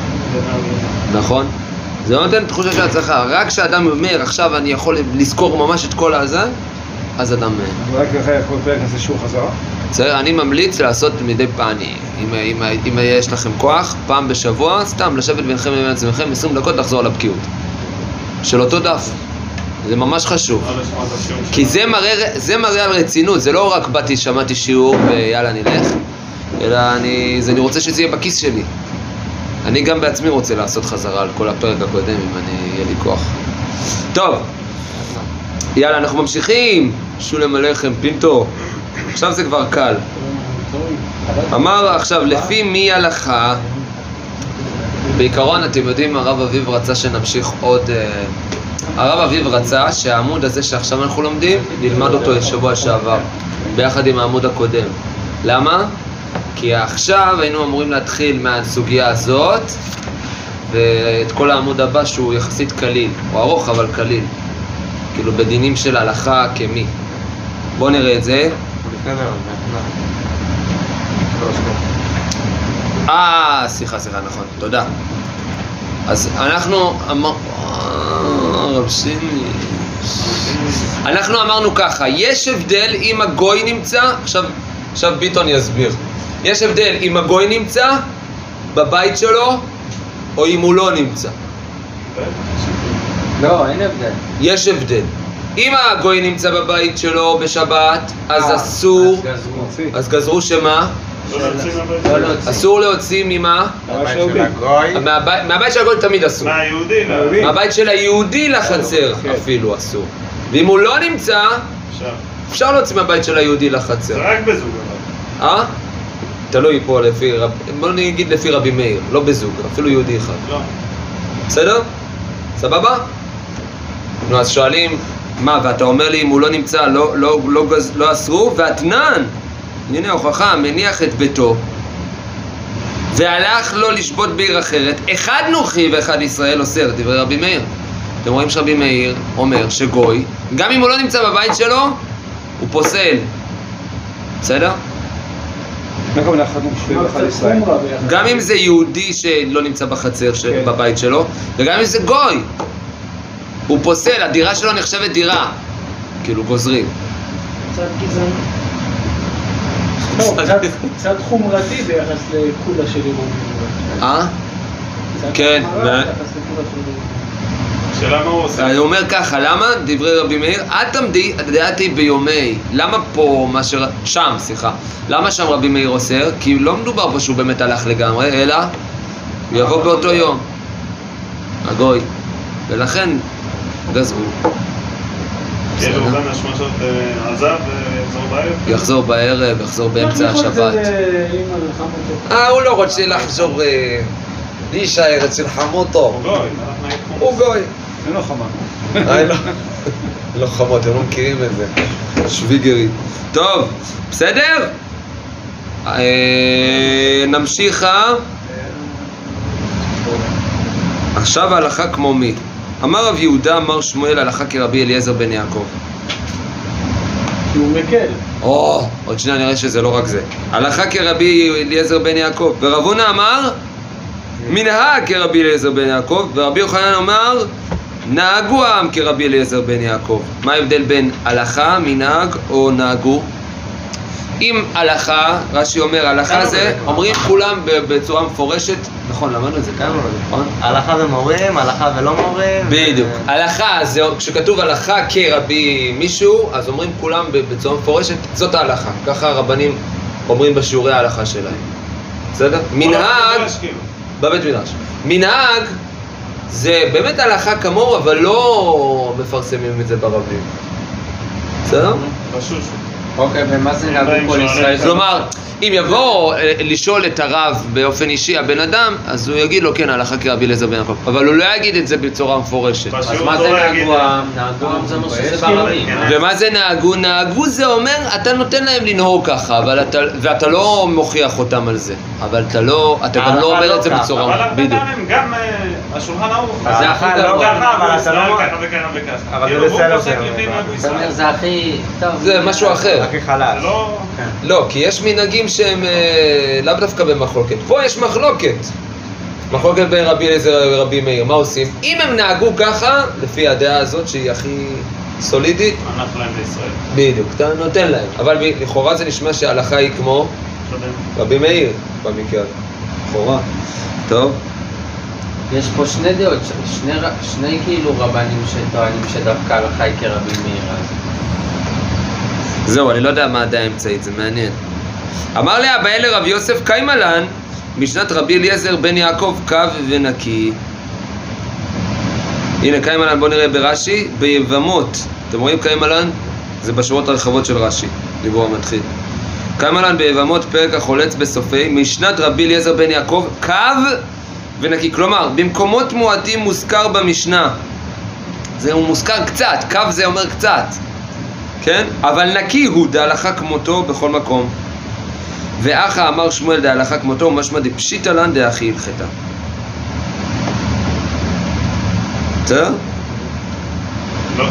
נכון? זה לא נותן תחושה של הצלחה, רק כשאדם אומר עכשיו אני יכול לזכור ממש את כל הזה, אז אדם... אה, אולי ככה כל פרק נעשה שיעור חזרה. בסדר, אני ממליץ לעשות מדי פעם, אם, אם, אם יש לכם כוח, פעם בשבוע, סתם לשבת ביניכם לבין עצמכם עשרים דקות לחזור על הבקיאות של אותו דף, זה ממש חשוב. לא לשמוע את השיעור כי שלנו. זה מראה, זה מראה על רצינות, זה לא רק באתי, שמעתי שיעור ויאללה נלך, אלא אני, זה, אני רוצה שזה יהיה בכיס שלי. אני גם בעצמי רוצה לעשות חזרה על כל הפרק הקודם, אם אני, יהיה לי כוח. טוב, יאללה, אנחנו ממשיכים. שולם עליכם, פינטו. עכשיו זה כבר קל. אמר עכשיו, לפי מי הלכה? בעיקרון, אתם יודעים, הרב אביב רצה שנמשיך עוד... אה, הרב אביב רצה שהעמוד הזה שעכשיו אנחנו לומדים, נלמד אותו שבוע שעבר, ביחד עם העמוד הקודם. למה? כי עכשיו היינו אמורים להתחיל מהסוגיה הזאת, ואת כל העמוד הבא שהוא יחסית קליל, הוא ארוך אבל קליל, כאילו בדינים של הלכה כמי. בואו נראה את זה. לפני זה, אה, סליחה, סליחה, נכון, תודה. אז אנחנו אמר... אה, רב שימי. אנחנו אמרנו ככה, יש הבדל אם הגוי נמצא, עכשיו, עכשיו ביטון יסביר. יש הבדל אם הגוי נמצא בבית שלו, או אם הוא לא נמצא. לא, אין הבדל. יש הבדל. אם הגוי נמצא בבית שלו בשבת, אז אה, אסור, אז גזרו. מוציא. אז גזרו שמה? לא להוציא מהבית. לא להוציא. אסור להוציא ממה? הרעש הבית יהודי. של הגוי. מהבית, מהבית של הגוי תמיד אסור. מהיהודי, לא. מהיהודי. מהבית של היהודי לחצר כן. אפילו אסור. ואם הוא לא נמצא, עכשיו. אפשר להוציא מהבית של היהודי זה לחצר. רק בזוג אבל. אה? תלוי פה לפי רב... בוא נגיד לפי רבי מאיר, לא בזוג, אפילו יהודי אחד. לא. בסדר? סבבה? נו, אז שואלים, מה, ואתה אומר לי אם הוא לא נמצא, לא, לא, לא, גז, לא אסרו? ואתנן, הנה הוכחה, מניח את ביתו והלך לו לשבות בעיר אחרת, אחד נוחי ואחד ישראל אוסר, דברי רבי מאיר. אתם רואים שרבי מאיר אומר שגוי, גם אם הוא לא נמצא בבית שלו, הוא פוסל. בסדר? מה הכוונה אחד נוחי ואחד ישראל? גם אם זה יהודי שלא נמצא בחצר של- כן. בבית שלו, וגם אם זה גוי, הוא פוסל, הדירה שלו נחשבת דירה. כאילו גוזרים. קצת גזעני. לא, קצת- קצת חומרתי ביחס לקולה של עירובין. אה? קצת כן, החמרה מה- ביחס לקולה של עירובין. שאלה מה הוא עושה? אני אומר ככה, למה? דברי רבי מאיר, את עמדי, את דעתי ביומי. למה פה מה ש... שם, סליחה. למה שם רבי מאיר אוסר? כי לא מדובר פה שהוא באמת הלך לגמרי, אלא הוא יבוא באותו יום. הגוי. ולכן, גזרו. כאילו הוא גם משמע שעות עזב ויחזור בערב? יחזור בערב, יחזור באמצע אנחנו יכולים השבת. את זה לאמא לחמותו. אה, הוא לא רוצה לחזור, אה, להישאר אצל חמותו. הוא גוי, אנחנו נקום. הוא גוי. אין לו חמה. אה, לא. לא חמות, הם לא מכירים את זה. שוויגרית. טוב, בסדר? אה, נמשיך. אה? עכשיו ההלכה כמו מי? אמר רב יהודה, אמר שמואל, הלכה כרבי אליעזר בן יעקב. כי הוא מקל. או, עוד שנייה נראה שזה לא רק זה. הלכה כרבי אליעזר בן יעקב. ורב הונא אמר, מנהג כרבי אליעזר בן יעקב. ורבי יוחנן אמר, נהגו העם כרבי אליעזר בן יעקב. מה ההבדל בין הלכה, מנהג או נהגו? אם הלכה, רש"י אומר, הלכה זה, אומרים כולם בצורה מפורשת, נכון, למדנו את זה כאן, נכון? הלכה ומורים, הלכה ולא מורים. בדיוק. הלכה, זה, כשכתוב הלכה כרבי מישהו, אז אומרים כולם בצורה מפורשת, זאת ההלכה. ככה הרבנים אומרים בשיעורי ההלכה שלהם. בסדר? מנהג, בבית מדרש. מנהג זה באמת הלכה כמוהו, אבל לא מפרסמים את זה ברבים. בסדר? בשושו. אוקיי, ומה זה נהגו כל ישראל? כלומר, אם יבוא אה, לשאול את הרב באופן אישי, הבן אדם, אז הוא יגיד לו, כן, הלכה כרבי אליעזר בן יעקב. אבל הוא לא יגיד את זה בצורה מפורשת. אז מה זה נהגו העם? נהגו העם זה אומר שזה ברבים. ומה זה נהגו? נהגו זה אומר, אתה נותן להם לנהוג ככה, אבל אתה, ואתה לא מוכיח אותם על זה. אבל אתה לא, אתה גם לא אומר את זה בצורה, אבל הרבה בדיוק. פעמים גם אה, השולחן ערוך. אז זה הכי ההלכה גרוע. לא ככה, אבל והוא אתה ישראל לא- ככה וככה וככה. אבל זה כאילו, והוא בסדר פוסק שהם- לפי נהגו אתה אומר, ישראל. זה הכי... טוב. זה משהו אחר. הכי זה חלש. לא... לא, כי יש מנהגים שהם אה, לאו דווקא במחלוקת. פה יש מחלוקת. מחלוקת בין רבי אליעזר ורבי מאיר. מה עושים? אם הם נהגו ככה, לפי הדעה הזאת שהיא הכי סולידית, ענף להם לישראל. בדיוק, אתה נותן להם. אבל ב- לכאורה זה נשמע שההלכה היא כמו רבי מאיר במקרה הזה. לכאורה. טוב. יש פה שני דעות, ש- שני, ר- שני כאילו רבנים שטוענים שדווקא הלכה היא כרבי מאיר. אז זהו, אני לא יודע מה הדעה האמצעית, זה מעניין. אמר לאבא לרב יוסף קיימלן, משנת רבי אליעזר בן יעקב קו ונקי. הנה קיימלן, בוא נראה ברש"י, ביבמות. אתם רואים קיימלן? זה בשורות הרחבות של רש"י, דיבור המתחיל. קיימלן ביבמות, פרק החולץ בסופי, משנת רבי אליעזר בן יעקב קו ונקי. כלומר, במקומות מועטים מוזכר במשנה. זה הוא מוזכר קצת, קו זה אומר קצת. כן? אבל נקי הוא דהלכה כמותו בכל מקום. ואחא אמר שמואל דהלכה כמותו ומשמע דפשיטא לן דאחי הלכתה. בסדר? לא.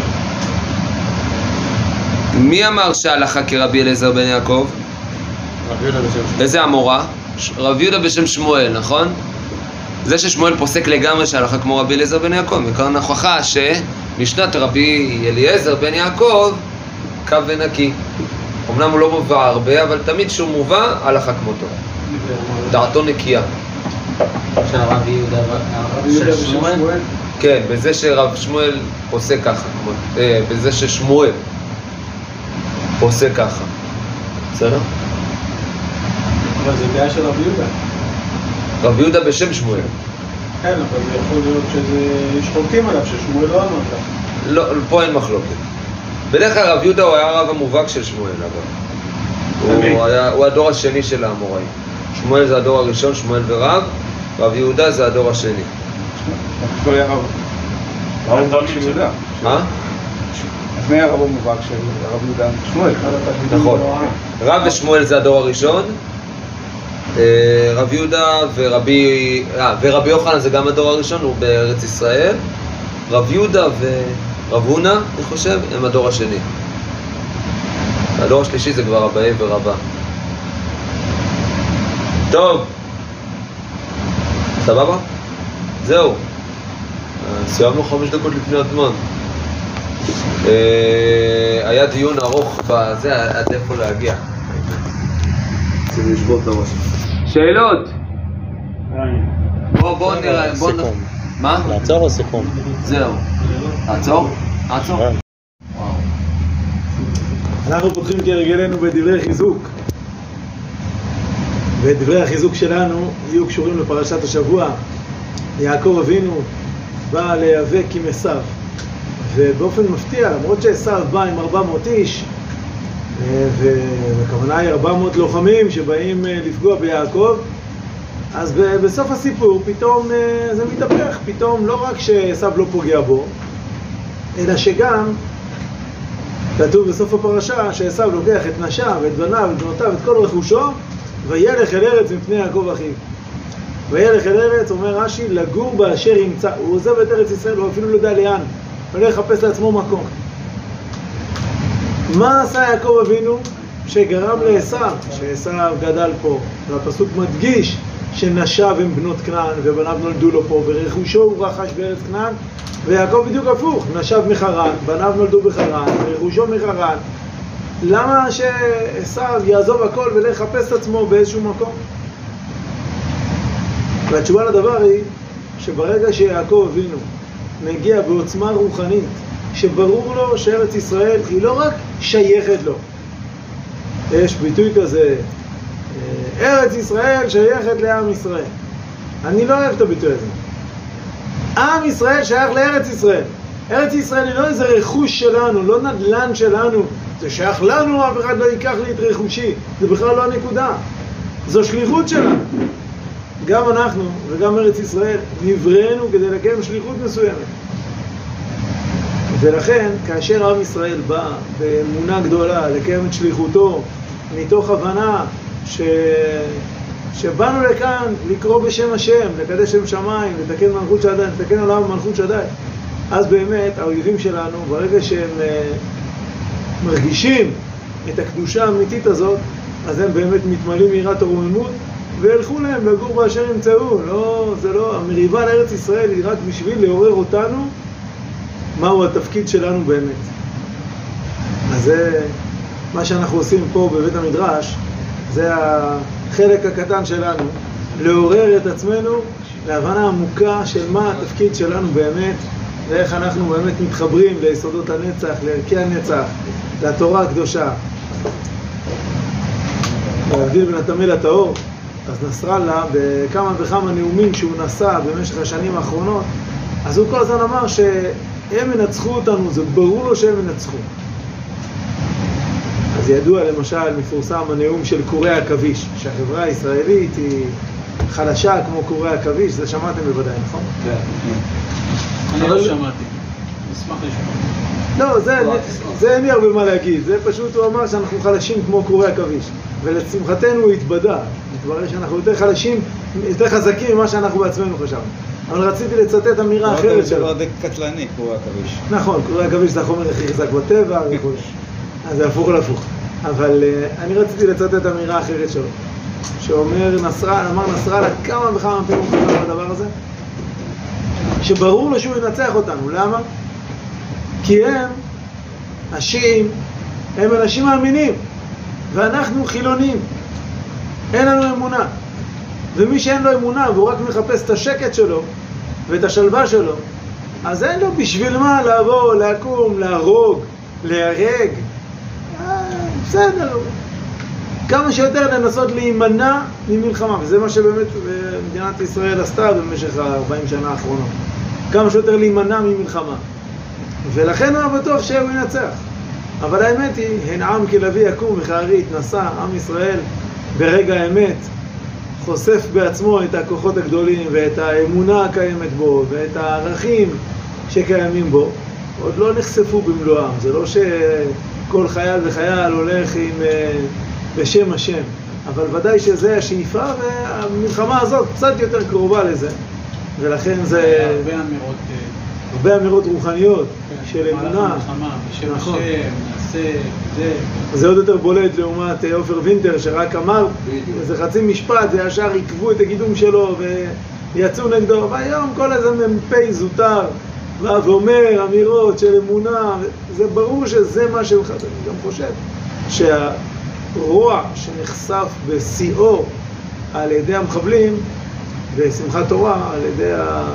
מי אמר שההלכה כרבי אליעזר בן יעקב? רבי יהודה בשם שמואל. איזה אמורה? ש- רבי יהודה בשם שמואל, נכון? זה ששמואל פוסק לגמרי שההלכה כמו רבי אליעזר בן יעקב, מכאן הוכחה שמשנת רבי אליעזר בן יעקב קו ונקי. אמנם הוא לא מובא הרבה, אבל תמיד כשהוא מובא, הלכה כמותו. דעתו נקייה. של הרב יהודה, רבי יהודה של בשם שמואל. שמואל. כן, בזה שרב שמואל פוסק ככה, כמו- אה, בזה ששמואל פוסק ככה. בסדר? אבל זה דעה של רבי יהודה. רב יהודה בשם שמואל. כן, אבל זה יכול להיות שיש חולקים עליו, ששמואל לא אמר ככה. לא, פה אין מחלוקת. בדרך כלל רב יהודה הוא היה הרב המובהק של שמואל, אבל. הוא היה, הוא הדור השני של האמוראים. שמואל זה הדור הראשון, שמואל ורב, רב יהודה זה הדור השני. כל היה רב. הרב רב של יהודה. מה? לפני הרב המובהק של הרב יהודה שמואל. נכון. רב ושמואל זה הדור הראשון, רב יהודה ורבי, אה, ורבי יוחנן זה גם הדור הראשון, הוא בארץ ישראל. רב יהודה ורב הונא, אני חושב, הם הדור השני. הדור השלישי זה כבר אביי ורבא. טוב. סבבה? זהו. סיימנו חמש דקות לפני הזמן. היה דיון ארוך בזה, עד איפה להגיע. צריכים לשבור את הראש. שאלות? בוא, בוא נראה, בוא נראה. מה? לעצור או סיכום? זהו. לעצור? לעצור? אנחנו פותחים כהרגלנו בדברי חיזוק. ודברי החיזוק שלנו יהיו קשורים לפרשת השבוע. יעקב אבינו בא להיאבק עם עשיו. ובאופן מפתיע, למרות שעשיו בא עם ארבע מאות איש, וכוונה היא ארבע מאות לוחמים שבאים לפגוע ביעקב, אז בסוף הסיפור פתאום זה מתהפך, פתאום לא רק שעשיו לא פוגע בו, אלא שגם כתוב בסוף הפרשה שעשיו לוקח את נשיו ואת בניו ואת בנותיו ואת כל רכושו וילך אל ארץ מפני יעקב אחיו. וילך אל ארץ, אומר רש"י, לגור באשר ימצא. הוא עוזב את ארץ ישראל, הוא אפילו לא יודע לאן, הוא לא יחפש לעצמו מקום. מה עשה יעקב אבינו שגרם לעשיו, שעשיו גדל פה, והפסוק מדגיש שנשיו הם בנות כנען ובניו נולדו לו פה ורכושו הוא רכש בארץ כנען, ויעקב בדיוק הפוך, נשיו מחרן, בניו נולדו בחרן ורכושו מחרן. למה שעשיו יעזוב הכל ולא יחפש את עצמו באיזשהו מקום? והתשובה לדבר היא שברגע שיעקב אבינו מגיע בעוצמה רוחנית, שברור לו שארץ ישראל היא לא רק שייכת לו. יש ביטוי כזה, ארץ ישראל שייכת לעם ישראל. אני לא אוהב את הביטוי הזה. עם ישראל שייך לארץ ישראל. ארץ ישראל היא לא איזה רכוש שלנו, לא נדל"ן שלנו. זה שייך לנו, אף אחד לא ייקח לי את רכושי. זה בכלל לא הנקודה. זו שליחות שלנו. גם אנחנו וגם ארץ ישראל נבראנו כדי לקיים שליחות מסוימת. ולכן, כאשר עם ישראל בא באמונה גדולה לקיים את שליחותו, מתוך הבנה ש... שבאנו לכאן לקרוא בשם השם, לקדש שם שמיים, לתקן מלכות שדי, לתקן עולם מלכות שדי, אז באמת האויבים שלנו, ברגע שהם מרגישים את הקדושה האמיתית הזאת, אז הם באמת מתמלאים מיראת הרוממות, והלכו להם לגור באשר ימצאו. לא, זה לא, המריבה לארץ ישראל היא רק בשביל לעורר אותנו מהו התפקיד שלנו באמת. אז זה מה שאנחנו עושים פה בבית המדרש, זה החלק הקטן שלנו, לעורר את עצמנו להבנה עמוקה של מה התפקיד שלנו באמת, ואיך אנחנו באמת מתחברים ליסודות הנצח, לערכי הנצח, לתורה הקדושה. להבדיל בין הטמא לטהור, אז נסראללה בכמה וכמה נאומים שהוא נשא במשך השנים האחרונות, אז הוא כל הזמן אמר שהם ינצחו אותנו, זה ברור לו שהם ינצחו. אז ידוע למשל מפורסם הנאום של קורי עכביש, שהחברה הישראלית היא חלשה כמו קורי עכביש, זה שמעתם בוודאי, נכון? כן. אני לא שמעתי, נשמח לשמוע. לא, זה אין לי הרבה מה להגיד, זה פשוט הוא אמר שאנחנו חלשים כמו קורי עכביש, ולשמחתנו הוא התבדע, מתברר שאנחנו יותר חלשים, יותר חזקים ממה שאנחנו בעצמנו חשבנו. אבל רציתי לצטט אמירה אחרת שלו. זה לא קטלני, קורי עכביש. נכון, קורי עכביש זה החומר הכי חזק בטבע, אז זה הפוך על הפוך. אבל uh, אני רציתי לצטט אמירה אחרת שלו, שאומר נסראללה, אמר נסראללה כמה וכמה פעמים חזר בדבר הזה, שברור לו שהוא ינצח אותנו. למה? כי הם, השיעים, הם אנשים מאמינים, ואנחנו חילונים. אין לנו אמונה. ומי שאין לו אמונה והוא רק מחפש את השקט שלו ואת השלווה שלו, אז אין לו בשביל מה לעבור, להקום, להרוג, להרג. בסדר, כמה שיותר לנסות להימנע ממלחמה, וזה מה שבאמת מדינת ישראל עשתה במשך ה-ארבעים שנה האחרונות, כמה שיותר להימנע ממלחמה, ולכן הוא בטוח שהוא ינצח. אבל האמת היא, הן עם כלביא יקום וכארי יתנשא, עם ישראל ברגע האמת חושף בעצמו את הכוחות הגדולים ואת האמונה הקיימת בו ואת הערכים שקיימים בו, עוד לא נחשפו במלואם. זה לא שכל חייל וחייל הולך עם, בשם השם. אבל ודאי שזה השאיפה, והמלחמה הזאת קצת יותר קרובה לזה. ולכן זה... הרבה אמירות... הרבה אמירות רוחניות של אמונה. בשם השם, נעשה, זה... זה עוד יותר בולט לעומת עופר וינטר, שרק אמר איזה חצי משפט, וישר עיכבו את הקידום שלו ויצאו נגדו. והיום כל איזה מ"פ זוטר ואומר אמירות של אמונה, זה ברור שזה מה שלך. אני גם חושב שהרוע שנחשף בשיאו על ידי המחבלים בשמחת תורה, על ידי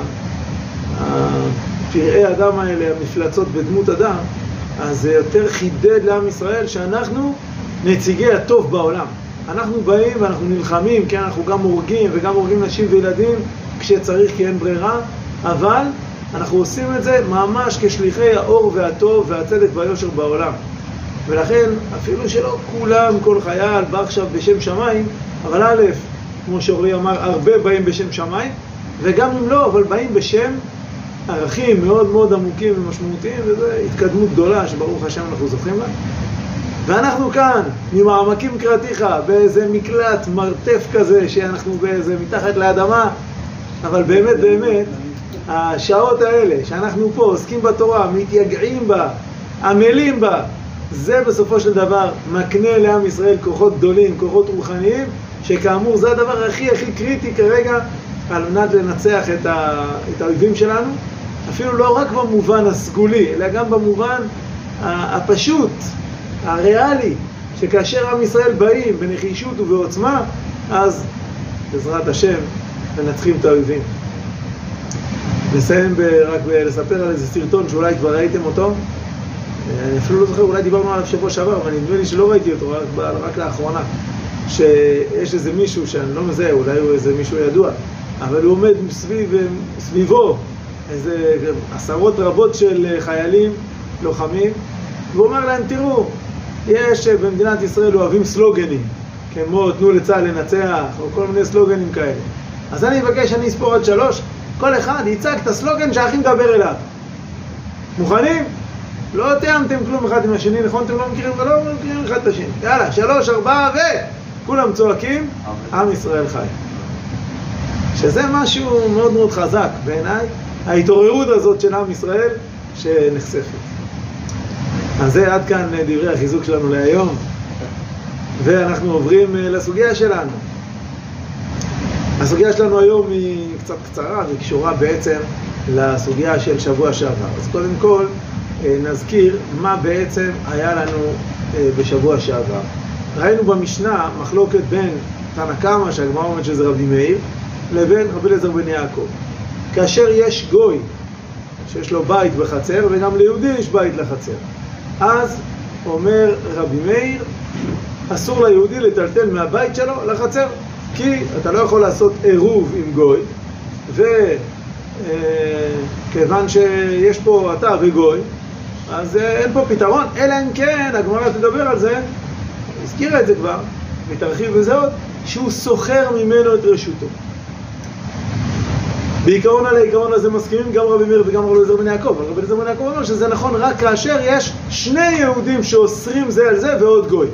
פראי אדם האלה, המפלצות בדמות אדם, אז זה יותר חידד לעם ישראל שאנחנו נציגי הטוב בעולם. אנחנו באים ואנחנו נלחמים, כי אנחנו גם הורגים וגם הורגים נשים וילדים כשצריך, כי אין ברירה, אבל אנחנו עושים את זה ממש כשליחי האור והטוב והצדק והיושר בעולם. ולכן אפילו שלא כולם, כל חייל בא עכשיו בשם שמיים, אבל א', כמו שאורי אמר, הרבה באים בשם שמיים, וגם אם לא, אבל באים בשם ערכים מאוד מאוד עמוקים ומשמעותיים, וזו התקדמות גדולה שברוך השם אנחנו זוכים לה. ואנחנו כאן, ממעמקים קראתיך, באיזה מקלט מרתף כזה, שאנחנו באיזה מתחת לאדמה, אבל באמת באמת, השעות האלה שאנחנו פה עוסקים בתורה, מתייגעים בה, עמלים בה, זה בסופו של דבר מקנה לעם ישראל כוחות גדולים, כוחות רוחניים, שכאמור זה הדבר הכי הכי קריטי כרגע על מנת לנצח את, ה... את האויבים שלנו, אפילו לא רק במובן הסגולי, אלא גם במובן הפשוט, הריאלי, שכאשר עם ישראל באים בנחישות ובעוצמה, אז בעזרת השם מנצחים את האויבים. נסיים ב... רק ב... לספר על איזה סרטון שאולי כבר ראיתם אותו, אני אפילו לא זוכר, אולי דיברנו עליו שבוע שעבר, אבל נדמה לי שלא ראיתי אותו, רק, רק לאחרונה, שיש איזה מישהו שאני לא מזהה, אולי הוא איזה מישהו ידוע, אבל הוא עומד סביב, סביבו איזה עשרות רבות של חיילים, לוחמים, והוא אומר להם, תראו, יש במדינת ישראל אוהבים סלוגנים, כמו תנו לצה"ל לנצח, או כל מיני סלוגנים כאלה. אז אני מבקש שאני אספור עד שלוש, כל אחד ייצג את הסלוגן שהכי מדבר אליו. מוכנים? לא תיאמתם כלום אחד עם השני, נכון? אתם לא מכירים ולא מכירים אחד את השני. יאללה, שלוש, ארבעה, ו... כולם צועקים, עם ישראל חי. שזה משהו מאוד מאוד חזק בעיניי, ההתעוררות הזאת של עם ישראל שנחשפת. אז זה עד כאן דברי החיזוק שלנו להיום, ואנחנו עוברים לסוגיה שלנו. הסוגיה שלנו היום היא קצת קצרה וקשורה בעצם לסוגיה של שבוע שעבר. אז קודם כל נזכיר מה בעצם היה לנו בשבוע שעבר. ראינו במשנה מחלוקת בין תנא קמא, שהגמרא אומרת שזה רבי מאיר, לבין רבי אליעזר בן יעקב. כאשר יש גוי שיש לו בית בחצר, וגם ליהודי יש בית לחצר, אז אומר רבי מאיר, אסור ליהודי לטלטל מהבית שלו לחצר, כי אתה לא יכול לעשות עירוב עם גוי, וכיוון שיש פה אתה וגוי, אז אין פה פתרון, אלא אם כן, הגמרא תדבר על זה, הזכירה את זה כבר, ותרחיב בזה עוד, שהוא סוחר ממנו את רשותו. בעיקרון על העיקרון הזה מסכימים גם רבי מאיר וגם רבי אליעזר בן יעקב, אבל רבי אליעזר בן יעקב אומר שזה נכון רק כאשר יש שני יהודים שאוסרים זה על זה ועוד גוי.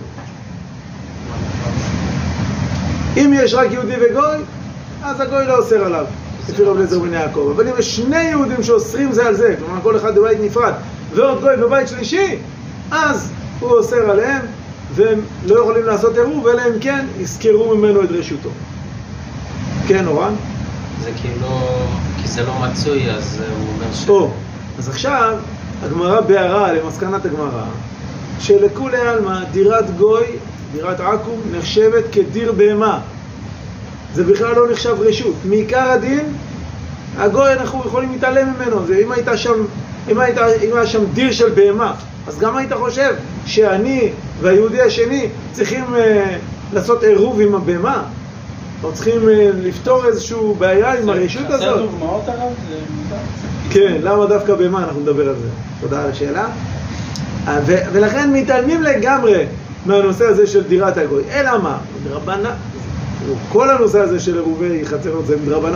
אם יש רק יהודי וגוי, אז הגוי לא אוסר עליו, לפי רבי אליעזר בן יעקב. אבל אם יש שני יהודים שאוסרים זה על זה, כלומר כל אחד בבית נפרד, ועוד גוי בבית שלישי, אז הוא אוסר עליהם, והם לא יכולים לעשות עירוב, אלא אם כן יזכרו ממנו את רשותו. כן, אורן? זה כאילו, כי זה לא מצוי, אז הוא אומר ש... או, אז עכשיו, הגמרא בהערה, למסקנת הגמרא, שלכולי עלמא, דירת גוי, דירת עכו"ם, נחשבת כדיר בהמה. זה בכלל לא נחשב רשות. מעיקר הדין, הגוי אנחנו יכולים להתעלם ממנו. זה, אם הייתה שם, אם הייתה, אם היה שם דיר של בהמה, אז גם היית חושב שאני והיהודי השני צריכים אה, לעשות עירוב עם הבהמה? או צריכים אה, לפתור איזשהו בעיה עם הרשות הזאת? חסר דוגמאות הרב? כן, למה דווקא בהמה? אנחנו נדבר על זה. תודה על השאלה. ו- ולכן מתעלמים לגמרי מהנושא הזה של דירת הגוי. אלא מה? מדרבנן. כל הנושא הזה של עירובי חצרות זה מדרבנן.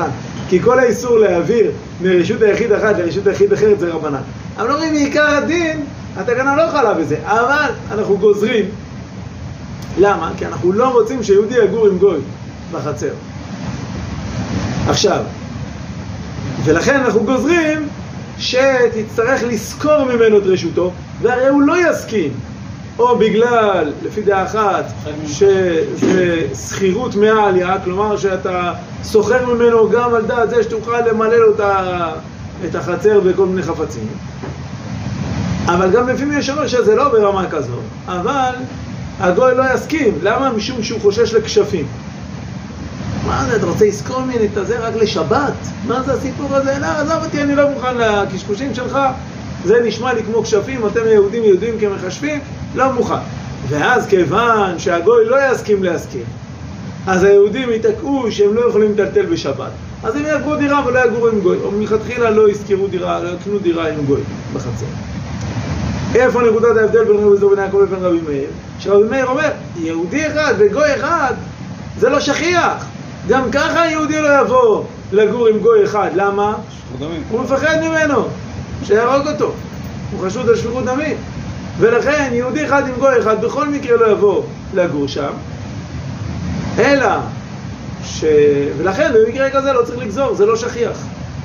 כי כל האיסור להעביר מרשות היחיד אחת לרשות היחיד אחרת זה רבנן. אבל אומרים, מעיקר הדין, התקנה לא חלה בזה, אבל אנחנו גוזרים. למה? כי אנחנו לא רוצים שיהודי יגור עם גוי בחצר. עכשיו, ולכן אנחנו גוזרים שתצטרך לזכור ממנו את רשותו, והרי הוא לא יסכים, או בגלל, לפי דעה אחת, שזה שכירות מעליה, כלומר שאתה סוחר ממנו גם על דעת זה שתוכל למלא לו את החצר בכל מיני חפצים. אבל גם לפי מי שאומר שזה לא ברמה כזו, אבל הגוי לא יסכים. למה? משום שהוא חושש לכשפים. מה זה, אתה רוצה לזכור ממני את זה רק לשבת? מה זה הסיפור הזה? לא, עזוב אותי, אני לא מוכן לקשקושים שלך, זה נשמע לי כמו כשפים, אתם יהודים יהודים כמחשבים, לא מוכן. ואז כיוון שהגוי לא יסכים להסכים, אז היהודים יתקעו שהם לא יכולים לטלטל בשבת, אז הם יגורו דירה ולא יגורו עם גוי, או מלכתחילה לא יזכרו דירה, לא יקנו דירה עם גוי בחצר. איפה נקודת ההבדל בין רבי זו בן יעקב לבין רבי מאיר? שרבי מאיר אומר, יהודי אחד וגוי אחד זה לא שכיח. גם ככה יהודי לא יבוא לגור עם גוי אחד. למה? הוא מפחד ממנו, שיהרוג אותו. הוא חשוד על שפיכות דמים. ולכן יהודי אחד עם גוי אחד בכל מקרה לא יבוא לגור שם. אלא ש... ולכן במקרה כזה לא צריך לגזור, זה לא שכיח.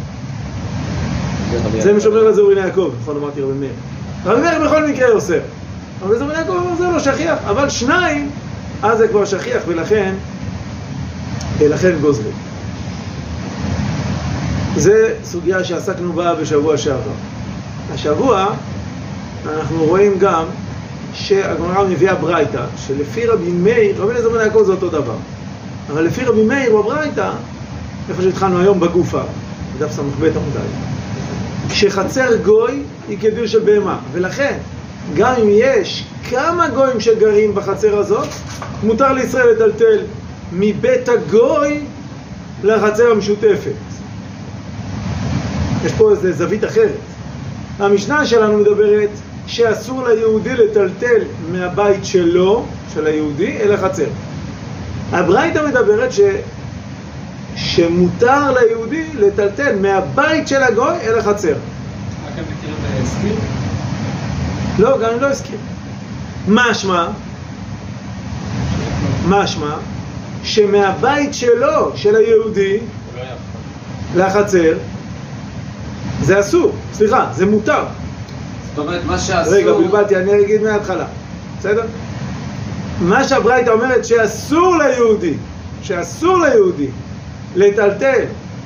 זה משומר על זה רבי יעקב, נכון אמרתי רבי מאיר. רבי מאיר בכל מקרה עושה. אבל זה רבי יעקב אומר זה לא שכיח, אבל שניים, אז זה כבר שכיח ולכן לכן גוזרים. זה סוגיה שעסקנו בה בשבוע שעבר. השבוע אנחנו רואים גם שהגמרא מביאה ברייתא, שלפי רבי מאיר, רבי אליעזר בן יעקב זה אותו דבר, אבל לפי רבי מאיר בברייתא, איפה שהתחלנו היום בגופה, בדף סמ"ב עמוד א', כשחצר גוי היא כדין של בהמה, ולכן גם אם יש כמה גויים שגרים בחצר הזאת, מותר לישראל לטלטל מבית הגוי לחצר המשותפת. יש פה איזו זווית אחרת. המשנה שלנו מדברת שאסור ליהודי לטלטל מהבית שלו, של היהודי, אל החצר. הברייתא מדברת ש... שמותר ליהודי לטלטל מהבית של הגוי אל החצר. רק הם מכירים להזכיר? לא, גם אם לא הזכיר. משמע, משמע, שמהבית שלו, של היהודי, לחצר, זה אסור, סליחה, זה מותר. זאת אומרת, מה שאסור... רגע, בלבלתי, אני אגיד מההתחלה, בסדר? מה שהברייתא אומרת שאסור ליהודי, שאסור ליהודי לטלטל,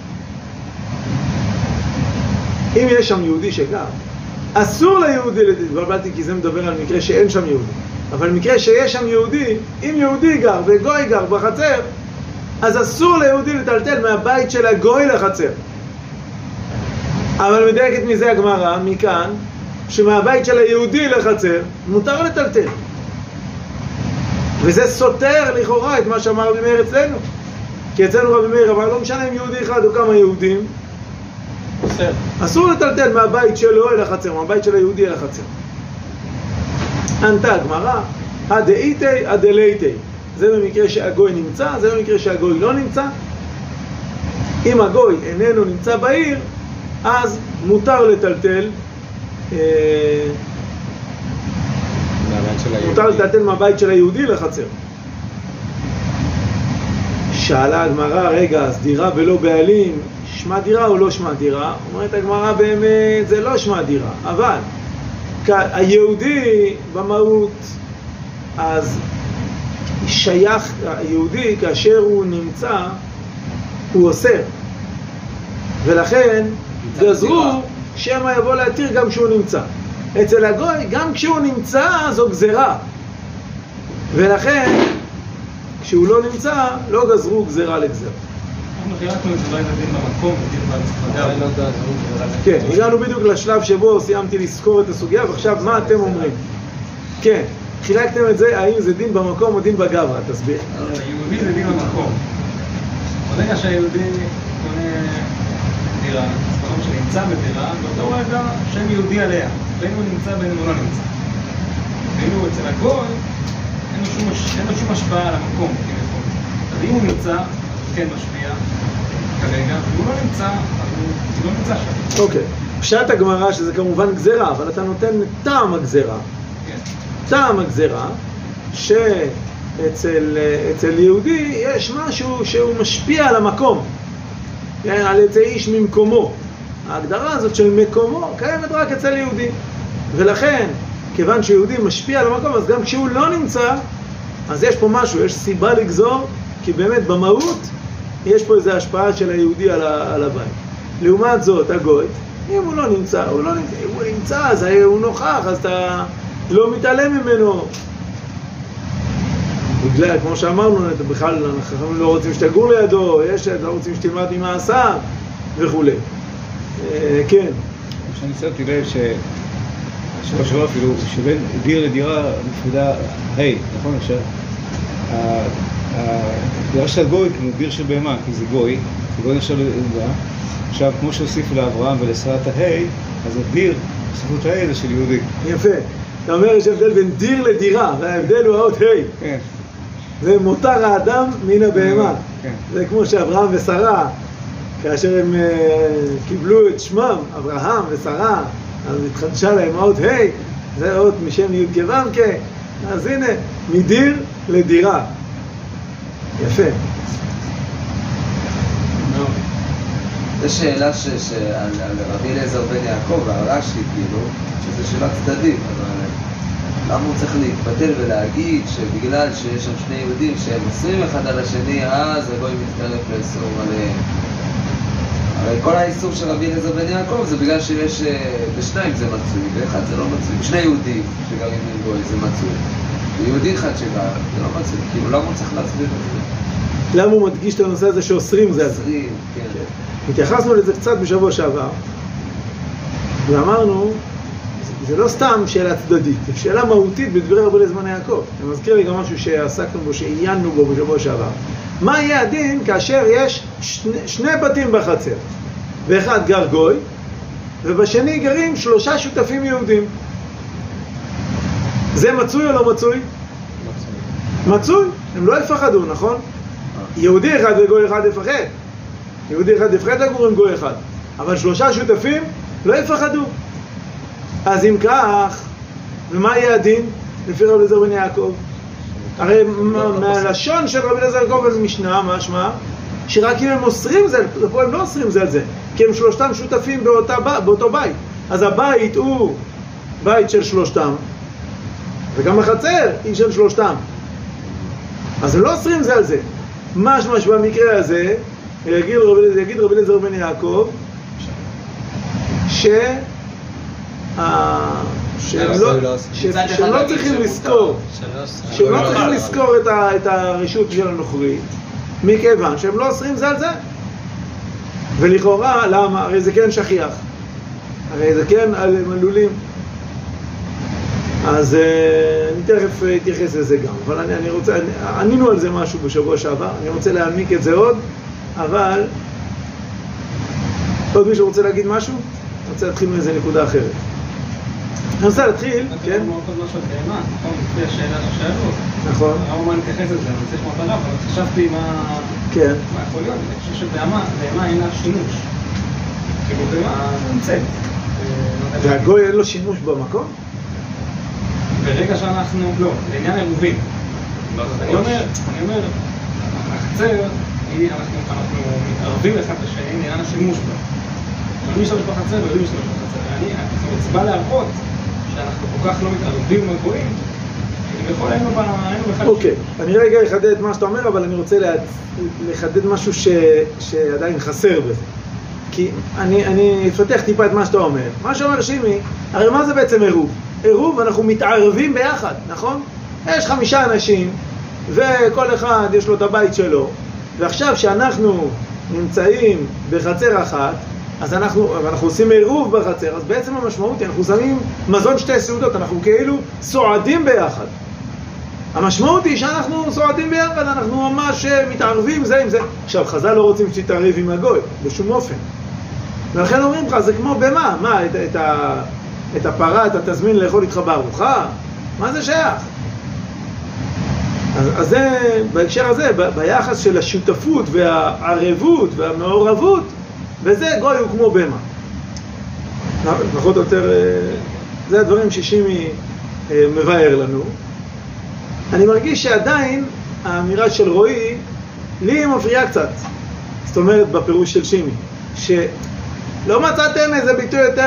אם יש שם יהודי שגר, אסור ליהודי, בלבלתי כי זה מדבר על מקרה שאין שם יהודי, אבל מקרה שיש שם יהודי, אם יהודי גר וגוי גר בחצר, אז אסור ליהודי לטלטל מהבית של הגוי לחצר. אבל מדייקת מזה הגמרא, מכאן, שמהבית של היהודי לחצר, מותר לטלטל. וזה סותר לכאורה את מה שאמר רבי מאיר אצלנו. כי אצלנו רבי מאיר אמר, לא משנה אם יהודי אחד או כמה יהודים, אסור. אסור לטלטל מהבית שלו אל החצר, מהבית של היהודי אל החצר. ענתה הגמרא, הדאיתי הדלייתי. זה במקרה שהגוי נמצא, זה במקרה שהגוי לא נמצא. אם הגוי איננו נמצא בעיר, אז מותר לטלטל, אה, מותר לטלטל מהבית של היהודי לחצר. שאלה הגמרא, רגע, אז דירה ולא בעלים, שמה דירה או לא שמה דירה? אומרת הגמרא באמת, זה לא שמה דירה, אבל היהודי במהות, אז שייך, היהודי כאשר הוא נמצא, הוא אוסר. ולכן גזרו שמא יבוא להתיר גם כשהוא נמצא. אצל הגוי, גם כשהוא נמצא, זו גזרה. ולכן, כשהוא לא נמצא, לא גזרו גזרה לגזרה. אנחנו חילקנו את זה בילדים במקום, כן, הגענו בדיוק לשלב שבו סיימתי לזכור את הסוגיה, ועכשיו מה אתם אומרים? כן, חילקתם את זה, האם זה דין במקום או דין בגברה, תסביר. היהודי זה דין במקום. ברגע שהיהודי קונה דירה, מקום שנמצא בדירה, באותו רגע שם יהודי עליה, בין הוא נמצא בין הוא לא נמצא. ואילו אצל הגוי, אין לו שום השפעה על המקום, כביכול. אבל אם הוא נמצא, כן משפיע, כרגע, הוא לא נמצא, הוא לא נמצא שם. אוקיי. פשט הגמרא שזה כמובן גזרה, אבל אתה נותן טעם הגזרה. טעם הגזרה, שאצל אצל יהודי יש משהו שהוא משפיע על המקום, על איזה איש ממקומו. ההגדרה הזאת של מקומו קיימת רק אצל יהודי. ולכן, כיוון שיהודי משפיע על המקום, אז גם כשהוא לא נמצא, אז יש פה משהו, יש סיבה לגזור, כי באמת במהות יש פה איזו השפעה של היהודי על, ה, על הבית. לעומת זאת, הגוי, אם הוא לא נמצא, הוא לא נמצא, אם הוא נמצא, אז הוא נוכח, אז אתה לא מתעלם ממנו. בגלל, כמו שאמרנו, בכלל אנחנו לא רוצים שתגור לידו, יש, לא רוצים שתלמד ממעשיו וכו'. כן. כשאני שמתי לב ש... שלוש שעות אפילו, שבין דיר לדירה נפרדה ה', נכון עכשיו? הדירה של הגוי כמו דיר של בהמה, כי זה גוי, זה גוי נחשב לדירה. עכשיו, כמו שהוסיפו לאברהם ולשרת הה', אז הדיר, הוסיפות הה' זה של יהודי. יפה. אתה אומר, יש הבדל בין דיר לדירה, וההבדל הוא האות ה'. כן. זה מותר האדם מן הבהמה. כן. זה כמו שאברהם ושרה, כאשר הם uh, קיבלו את שמם, אברהם ושרה, אז התחדשה להם האות ה', זה אות משם י' כו' כ', אז הנה, מדיר לדירה. יפה. זו שאלה ש, ש, על, על רבי אליעזר בן יעקב, הרש"י כאילו, שזו שאלה צדדית, אבל למה הוא צריך להתפתל ולהגיד שבגלל שיש שם שני יהודים שהם עשרים אחד על השני, אז הגוי מצטרף לאסור עליהם. הרי כל האיסור של רבי אליעזר בן יעקב זה בגלל שיש, בשניים זה מצוי, באחד זה לא מצוי. בשני יהודים שגרים עם גוי זה מצוי. ויהודי אחד שגר זה לא מצוי, כאילו למה הוא צריך להסביר את זה? למה הוא מדגיש את הנושא הזה שאוסרים זה? אוסרים, כן. התייחסנו לזה קצת בשבוע שעבר, ואמרנו, זה לא סתם שאלה צדדית, זה שאלה מהותית בדברי רבי אליעזר בן יעקב. אני מזכיר לי גם משהו שעסקנו בו, שעיינו בו בשבוע שעבר. מה יהיה הדין כאשר יש שני, שני בתים בחצר? באחד גר גוי, ובשני גרים שלושה שותפים יהודים. זה מצוי או לא מצוי? מצוי. מצוי, הם לא יפחדו, נכון? יהודי אחד וגוי אחד יפחד. יהודי אחד יפחד לגור עם גוי אחד. אבל שלושה שותפים לא יפחדו. אז אם כך, ומה יהיה הדין לפי רבי אליעזר בן יעקב? הרי מהלשון של רבי אליעזר בן יעקב במשנה, משמע, שרק אם הם אוסרים זה, פה הם לא אוסרים זה על זה, כי הם שלושתם שותפים באותה, באותו בית. אז הבית הוא בית של שלושתם, וגם החצר היא של שלושתם. אז הם לא אוסרים זה על זה. משמע שבמקרה הזה, יגיד רבי, יגיד רבי אליעזר בן יעקב, ש... שהם לא צריכים לזכור, שהם לא צריכים לזכור את הרשות של הנוכרי, מכיוון שהם לא אוסרים זה על זה. ולכאורה, למה? הרי זה כן שכיח, הרי זה כן עלולים. אז אני תכף אתייחס לזה גם, אבל אני, אני רוצה, ענינו על זה משהו בשבוע שעבר, אני רוצה להעמיק את זה עוד, אבל עוד מישהו רוצה להגיד משהו? אני רוצה להתחיל מאיזה נקודה אחרת. אני רוצה להתחיל, כן? אני רוצה עוד משהו על בהמה, נכון? לפי השאלה ששאלו. נכון. למה מה נתייחס לזה? אני רוצה לשמוע את הרב, אבל חשבתי מה... כן. מה יכול להיות? אני חושב שבהמה, בהמה אין לה שימוש. כאילו בהמה נמצאת. והגוי אין לו שימוש במקום? ברגע שאנחנו... לא, לעניין עירובים. אני אומר, אני אומר, החצר היא, אנחנו מתערבים אחד לשני, לעניין השימוש בה. אבל מי משתמש בחצר ולא משתמש בחצר. אני, זה בא להראות שאנחנו כל כך לא מתערבים בגויים, ובכל היינו בכלל... אוקיי, אני רגע אחדד את מה שאתה אומר, אבל אני רוצה לחדד משהו שעדיין חסר בזה. כי אני אפתח טיפה את מה שאתה אומר. מה שאומר שימי, הרי מה זה בעצם עירוב? עירוב, אנחנו מתערבים ביחד, נכון? יש חמישה אנשים, וכל אחד יש לו את הבית שלו, ועכשיו שאנחנו נמצאים בחצר אחת, אז אנחנו, אנחנו עושים עירוב בחצר, אז בעצם המשמעות היא, אנחנו שמים מזון שתי סעודות, אנחנו כאילו סועדים ביחד. המשמעות היא שאנחנו סועדים ביחד, אנחנו ממש מתערבים זה עם זה. עכשיו, חז"ל לא רוצים שתתערב עם הגוי, בשום אופן. ולכן אומרים לך, זה כמו במה? מה, את, את, ה, את הפרה, אתה תזמין לאכול איתך בארוחה? מה זה שייך? אז, אז זה, בהקשר הזה, ב, ביחס של השותפות והערבות והמעורבות, וזה גוי הוא כמו בהמה. פחות או יותר, זה הדברים ששימי מבאר לנו. אני מרגיש שעדיין האמירה של רועי, לי היא מפריעה קצת. זאת אומרת, בפירוש של שימי, שלא מצאתם איזה ביטוי יותר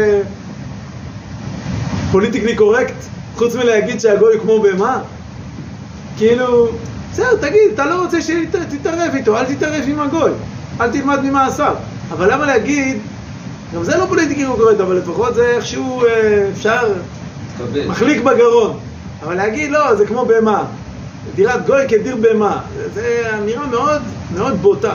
פוליטיקלי קורקט, חוץ מלהגיד שהגוי הוא כמו בהמה? כאילו, בסדר, תגיד, אתה לא רוצה שתתערב איתו, אל תתערב עם הגוי, אל תלמד ממעשיו. אבל למה להגיד, גם זה לא פוליטיקלי קורקט, אבל לפחות זה איכשהו אפשר, מחליק בגרון. אבל להגיד, לא, זה כמו בהמה. דירת גוי כדיר בהמה. זה אמירה מאוד, מאוד בוטה.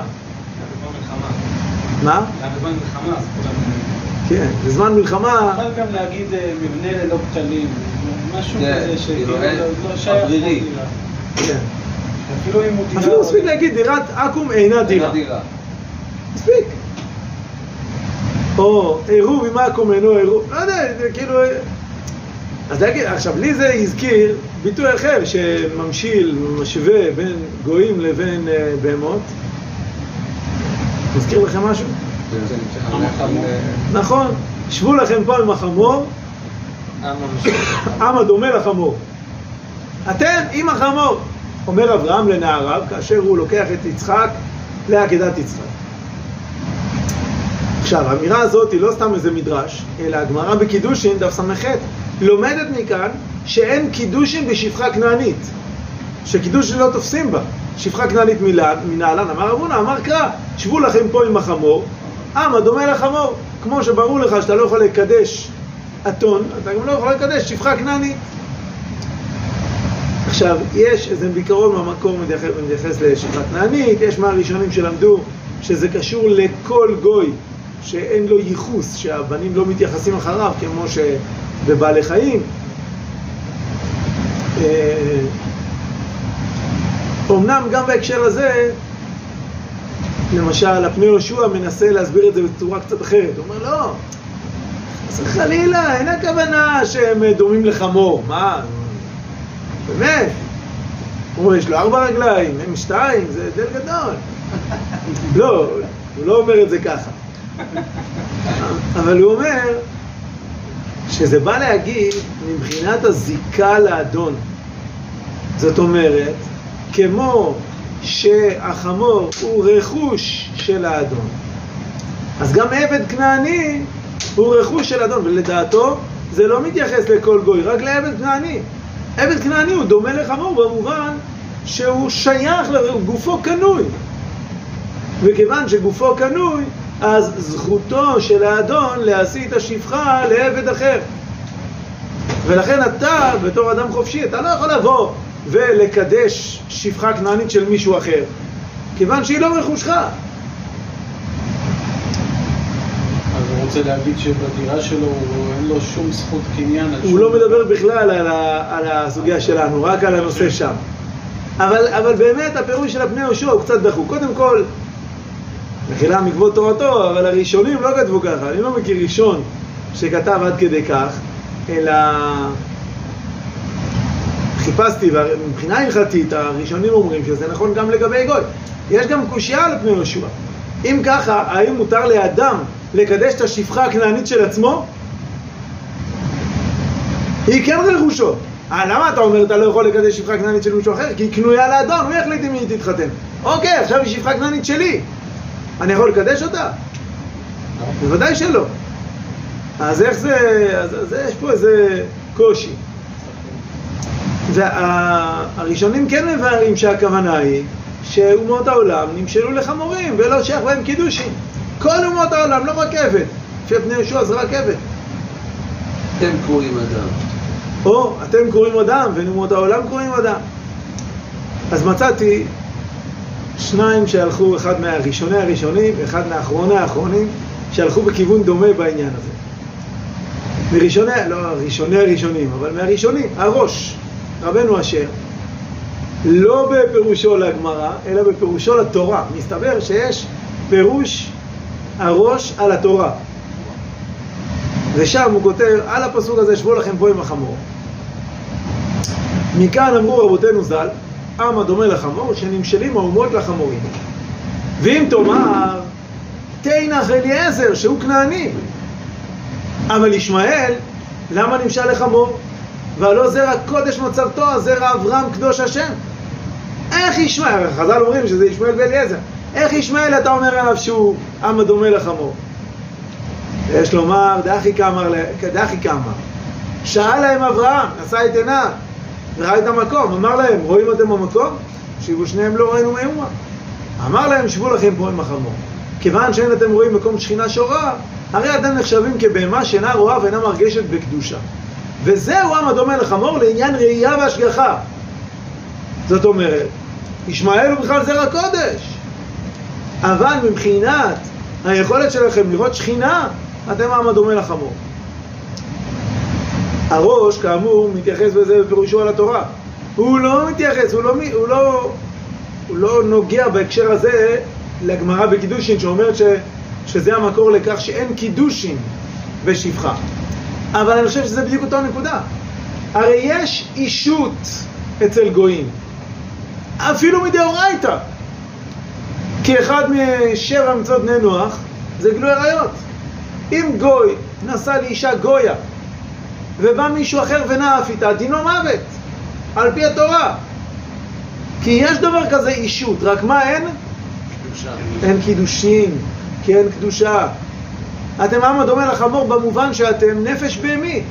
מה? זה בזמן מלחמה, אז כולם... כן, בזמן מלחמה... אפשר גם להגיד מבנה ללא פתלים, משהו כזה שכאילו לא שייך אווירי. כן. אפילו אם הוא דירה... אפילו מספיק להגיד דירת אקום אינה דירה. מספיק. או עירוב עם אקום אינו עירוב. לא יודע, זה כאילו... אז להגיד, עכשיו, לי זה הזכיר ביטוי אחר שממשיל, משווה בין גויים לבין בהמות. מזכיר לכם משהו? נכון, שבו לכם פה עם החמור, עם הדומה לחמור. אתם עם החמור, אומר אברהם לנעריו, כאשר הוא לוקח את יצחק לעקדת יצחק. עכשיו, האמירה הזאת היא לא סתם איזה מדרש, אלא הגמרא בקידושין, דף ס"ח, לומדת מכאן שאין קידושין בשפחה כנענית, שקידושין לא תופסים בה. שפחה כנענית מנהלן, אמר רבונה, אמר קרא, שבו לכם פה עם החמור, עם הדומה לחמור, כמו שברור לך שאתה לא יכול לקדש אתון, אתה גם לא יכול לקדש שפחה כנענית. עכשיו, יש איזה ביקרון מהמקור מתייחס לשפחה כנענית, יש מהראשונים שלמדו שזה קשור לכל גוי שאין לו ייחוס, שהבנים לא מתייחסים אחריו, כמו שבבעלי חיים. אמנם גם בהקשר הזה, למשל, הפני יהושע מנסה להסביר את זה בצורה קצת אחרת. הוא אומר, לא, אז חלילה, אין הכוונה שהם דומים לחמור. מה? באמת? הוא אומר, יש לו ארבע רגליים, הם שתיים, זה הבדל גדול. לא, הוא לא אומר את זה ככה. אבל הוא אומר שזה בא להגיד מבחינת הזיקה לאדון. זאת אומרת, כמו שהחמור הוא רכוש של האדון, אז גם עבד כנעני הוא רכוש של האדון, ולדעתו זה לא מתייחס לכל גוי, רק לעבד כנעני. עבד כנעני הוא דומה לחמור במובן שהוא שייך לגופו קנוי, וכיוון שגופו קנוי, אז זכותו של האדון להשיא את השפחה לעבד אחר. ולכן אתה, בתור אדם חופשי, אתה לא יכול לבוא ולקדש שפחה כנענית של מישהו אחר, כיוון שהיא לא רכושך. אז הוא רוצה להגיד שבדירה שלו אין לו שום זכות קניין. הוא לא מדבר בכלל על, ה, על הסוגיה שלנו, רק על הנושא שם. אבל, אבל באמת הפירוש של הפני יהושע הוא קצת דחוק. קודם כל, מחילה מכבוד תורתו, אבל הראשונים לא כתבו ככה. אני לא מכיר ראשון שכתב עד כדי כך, אלא חיפשתי, ומבחינה הלכתית הראשונים אומרים שזה נכון גם לגבי גוי. יש גם קושיה על פני יהושע. אם ככה, האם מותר לאדם לקדש את השפחה הכנענית של עצמו? היא כן רכושו. אה, למה אתה אומר אתה לא יכול לקדש שפחה כנענית של מישהו אחר? כי היא קנויה לאדון, הוא יחליט אם היא תתחתן. אוקיי, עכשיו היא שפחה כנענית שלי, אני יכול לקדש אותה? בוודאי שלא. אז איך זה, אז, אז יש פה איזה קושי. והראשונים כן מבארים שהכוונה היא שאומות העולם נמשלו לחמורים ולא שייך בהם קידושים. כל אומות העולם, לא רק עבד. לפי פני יהושע זה רק עבד. אתם קוראים אדם. או, אתם קוראים אדם ואומות העולם קוראים אדם. אז מצאתי שניים שהלכו, אחד מהראשוני הראשונים ואחד מהאחרוני האחרונים, שהלכו בכיוון דומה בעניין הזה. מראשוני, לא ראשוני הראשונים, אבל מהראשונים, הראש, רבנו אשר, לא בפירושו לגמרא, אלא בפירושו לתורה. מסתבר שיש פירוש הראש על התורה. ושם הוא כותב, על הפסוק הזה, שבו לכם פה עם החמור. מכאן אמרו רבותינו ז"ל, עם הדומה לחמור, שנמשלים האומות לחמורים. ואם תאמר, תנח אליעזר, שהוא כנעני. אבל ישמעאל, למה נמשל לחמור? והלא זרע קודש מצרתו, זרע אברהם קדוש השם. איך ישמעאל? חז"ל אומרים שזה ישמעאל ואליעזר. איך ישמעאל אתה אומר עליו שהוא עם הדומה לחמור? יש לומר, דאחי כאמר, דאחי כאמר. שאל להם אברהם, נשא את עיניו, וראה את המקום, אמר להם, רואים אתם במקום? שיבו שניהם לא ראינו מאומה. אמר להם, שבו לכם פה עם החמור. כיוון שאין אתם רואים מקום שכינה שורה, הרי אתם נחשבים כבהמה שאינה רואה ואינה מרגשת בקדושה. וזהו עם הדומה לחמור לעניין ראייה והשגחה. זאת אומרת, ישמעאל הוא בכלל זרע קודש. אבל מבחינת היכולת שלכם לראות שכינה, אתם עם הדומה לחמור. הראש, כאמור, מתייחס בזה בפירושו על התורה. הוא לא מתייחס, הוא לא, הוא לא, הוא לא נוגע בהקשר הזה לגמרא בקידושין, שאומרת ש, שזה המקור לכך שאין קידושין בשפחה. אבל אני חושב שזה בדיוק אותו נקודה. הרי יש אישות אצל גויים, אפילו מדאורייתא. כי אחד משבע מצוות בני נוח זה גילוי עריות. אם גוי נשא לאישה גויה, ובא מישהו אחר ונאף איתה, דינו מוות, על פי התורה. כי יש דבר כזה אישות, רק מה אין? קדושה. אין קידושין, כי אין קדושה. אתם עם הדומה לחמור במובן שאתם נפש בהמית.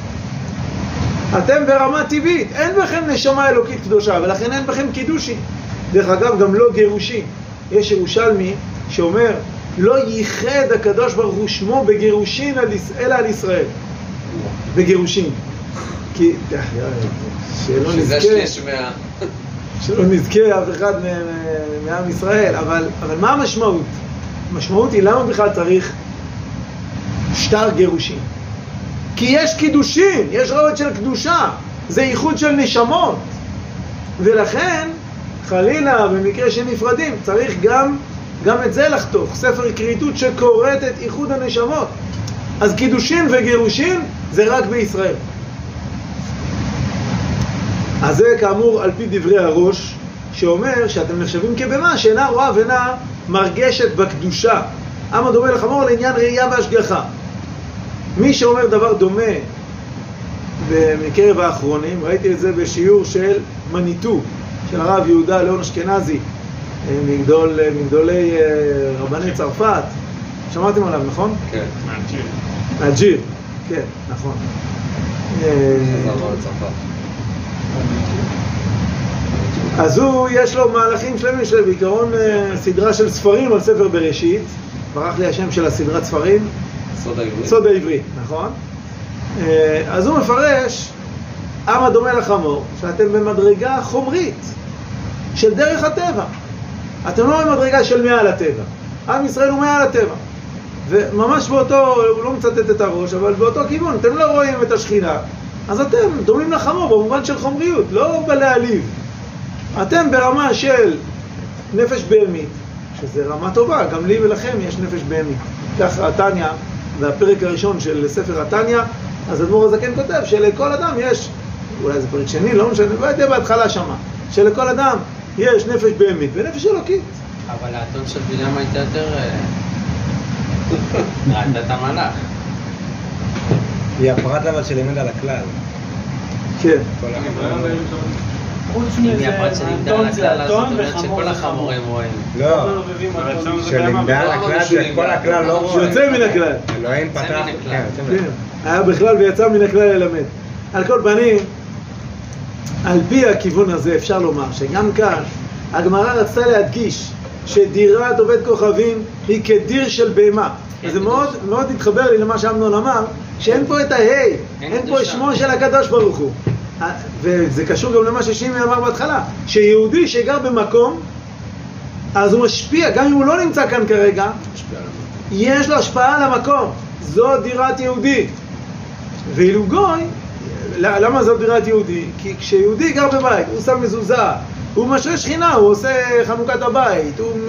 אתם ברמה טבעית, אין בכם נשמה אלוקית קדושה, ולכן אין בכם קידושין. דרך אגב, גם לא גירושין. יש ירושלמי שאומר, לא ייחד הקדוש ברוך הוא שמו בגירושין אלא על ישראל. בגירושין. כי, שלא נזכה, שלא נזכה אף אחד מעם ישראל, אבל, אבל מה המשמעות? המשמעות היא למה בכלל צריך שטר גירושין? כי יש קידושין, יש רובד של קדושה, זה ייחוד של נשמות, ולכן חלילה במקרה שנפרדים צריך גם, גם את זה לחתוך, ספר כריתות שקוראת את ייחוד הנשמות. אז קידושין וגירושין זה רק בישראל. אז זה כאמור על פי דברי הראש, שאומר שאתם נחשבים כבמה שאינה רואה ואינה מרגשת בקדושה. עם הדומה לחמור לעניין ראייה והשגחה. מי שאומר דבר דומה מקרב האחרונים, ראיתי את זה בשיעור של מניטו, של הרב יהודה ליאון אשכנזי, מגדול, מגדולי רבני צרפת. שמעתם עליו, נכון? כן. מהג'יר. מהג'יר, כן, נכון. אז הוא, יש לו מהלכים שלמים, יש לו בעיקרון סדרה של ספרים על ספר בראשית. ברח לי השם של הסדרת ספרים. סוד העברי. סוד העברי, נכון. אז הוא מפרש, עם הדומה לחמור, שאתם במדרגה חומרית, של דרך הטבע. אתם לא במדרגה של מעל הטבע. עם ישראל הוא מעל הטבע. וממש באותו, הוא לא מצטט את הראש, אבל באותו כיוון, אתם לא רואים את השכינה. אז אתם דומים לחמור במובן של חומריות, לא בלהעליב. אתם ברמה של נפש בהמית, שזה רמה טובה, גם לי ולכם יש נפש בהמית. כך התניא, והפרק הראשון של ספר התניא, אז אדמו"ר הזקן כותב שלכל אדם יש, אולי זה פרק שני, לא משנה, לא יודע בהתחלה שמה, שלכל אדם יש נפש בהמית ונפש אלוקית. אבל האתון של בלעם הייתה יותר... ראית את המלאך. היא הפרט אבל שלימד על הכלל. כן. חוץ היא מזה, הפרט שלימדה על הכלל, אז זאת אומרת שכל החמורים רואים. לא, שלימדה על הכלל שכל הכלל לא רואה. שיוצא מן הכלל. אלוהים פתח. כן, היה בכלל ויצא מן הכלל ללמד. על כל פנים, על פי הכיוון הזה אפשר לומר שגם כאן הגמרא רצתה להדגיש שדירת עובד כוכבים היא כדיר של בהמה. וזה מאוד מאוד התחבר לי למה שאמנון אמר, שאין פה את ההי, אין פה שמו של הקדוש ברוך הוא. וזה קשור גם למה ששימי אמר בהתחלה, שיהודי שגר במקום, אז הוא משפיע, גם אם הוא לא נמצא כאן כרגע, יש לו השפעה על המקום. זו דירת יהודי. ואילו גוי, למה זו דירת יהודי? כי כשיהודי גר בבית, הוא שם מזוזה, הוא משרה שכינה, הוא עושה חנוכת הבית, הוא...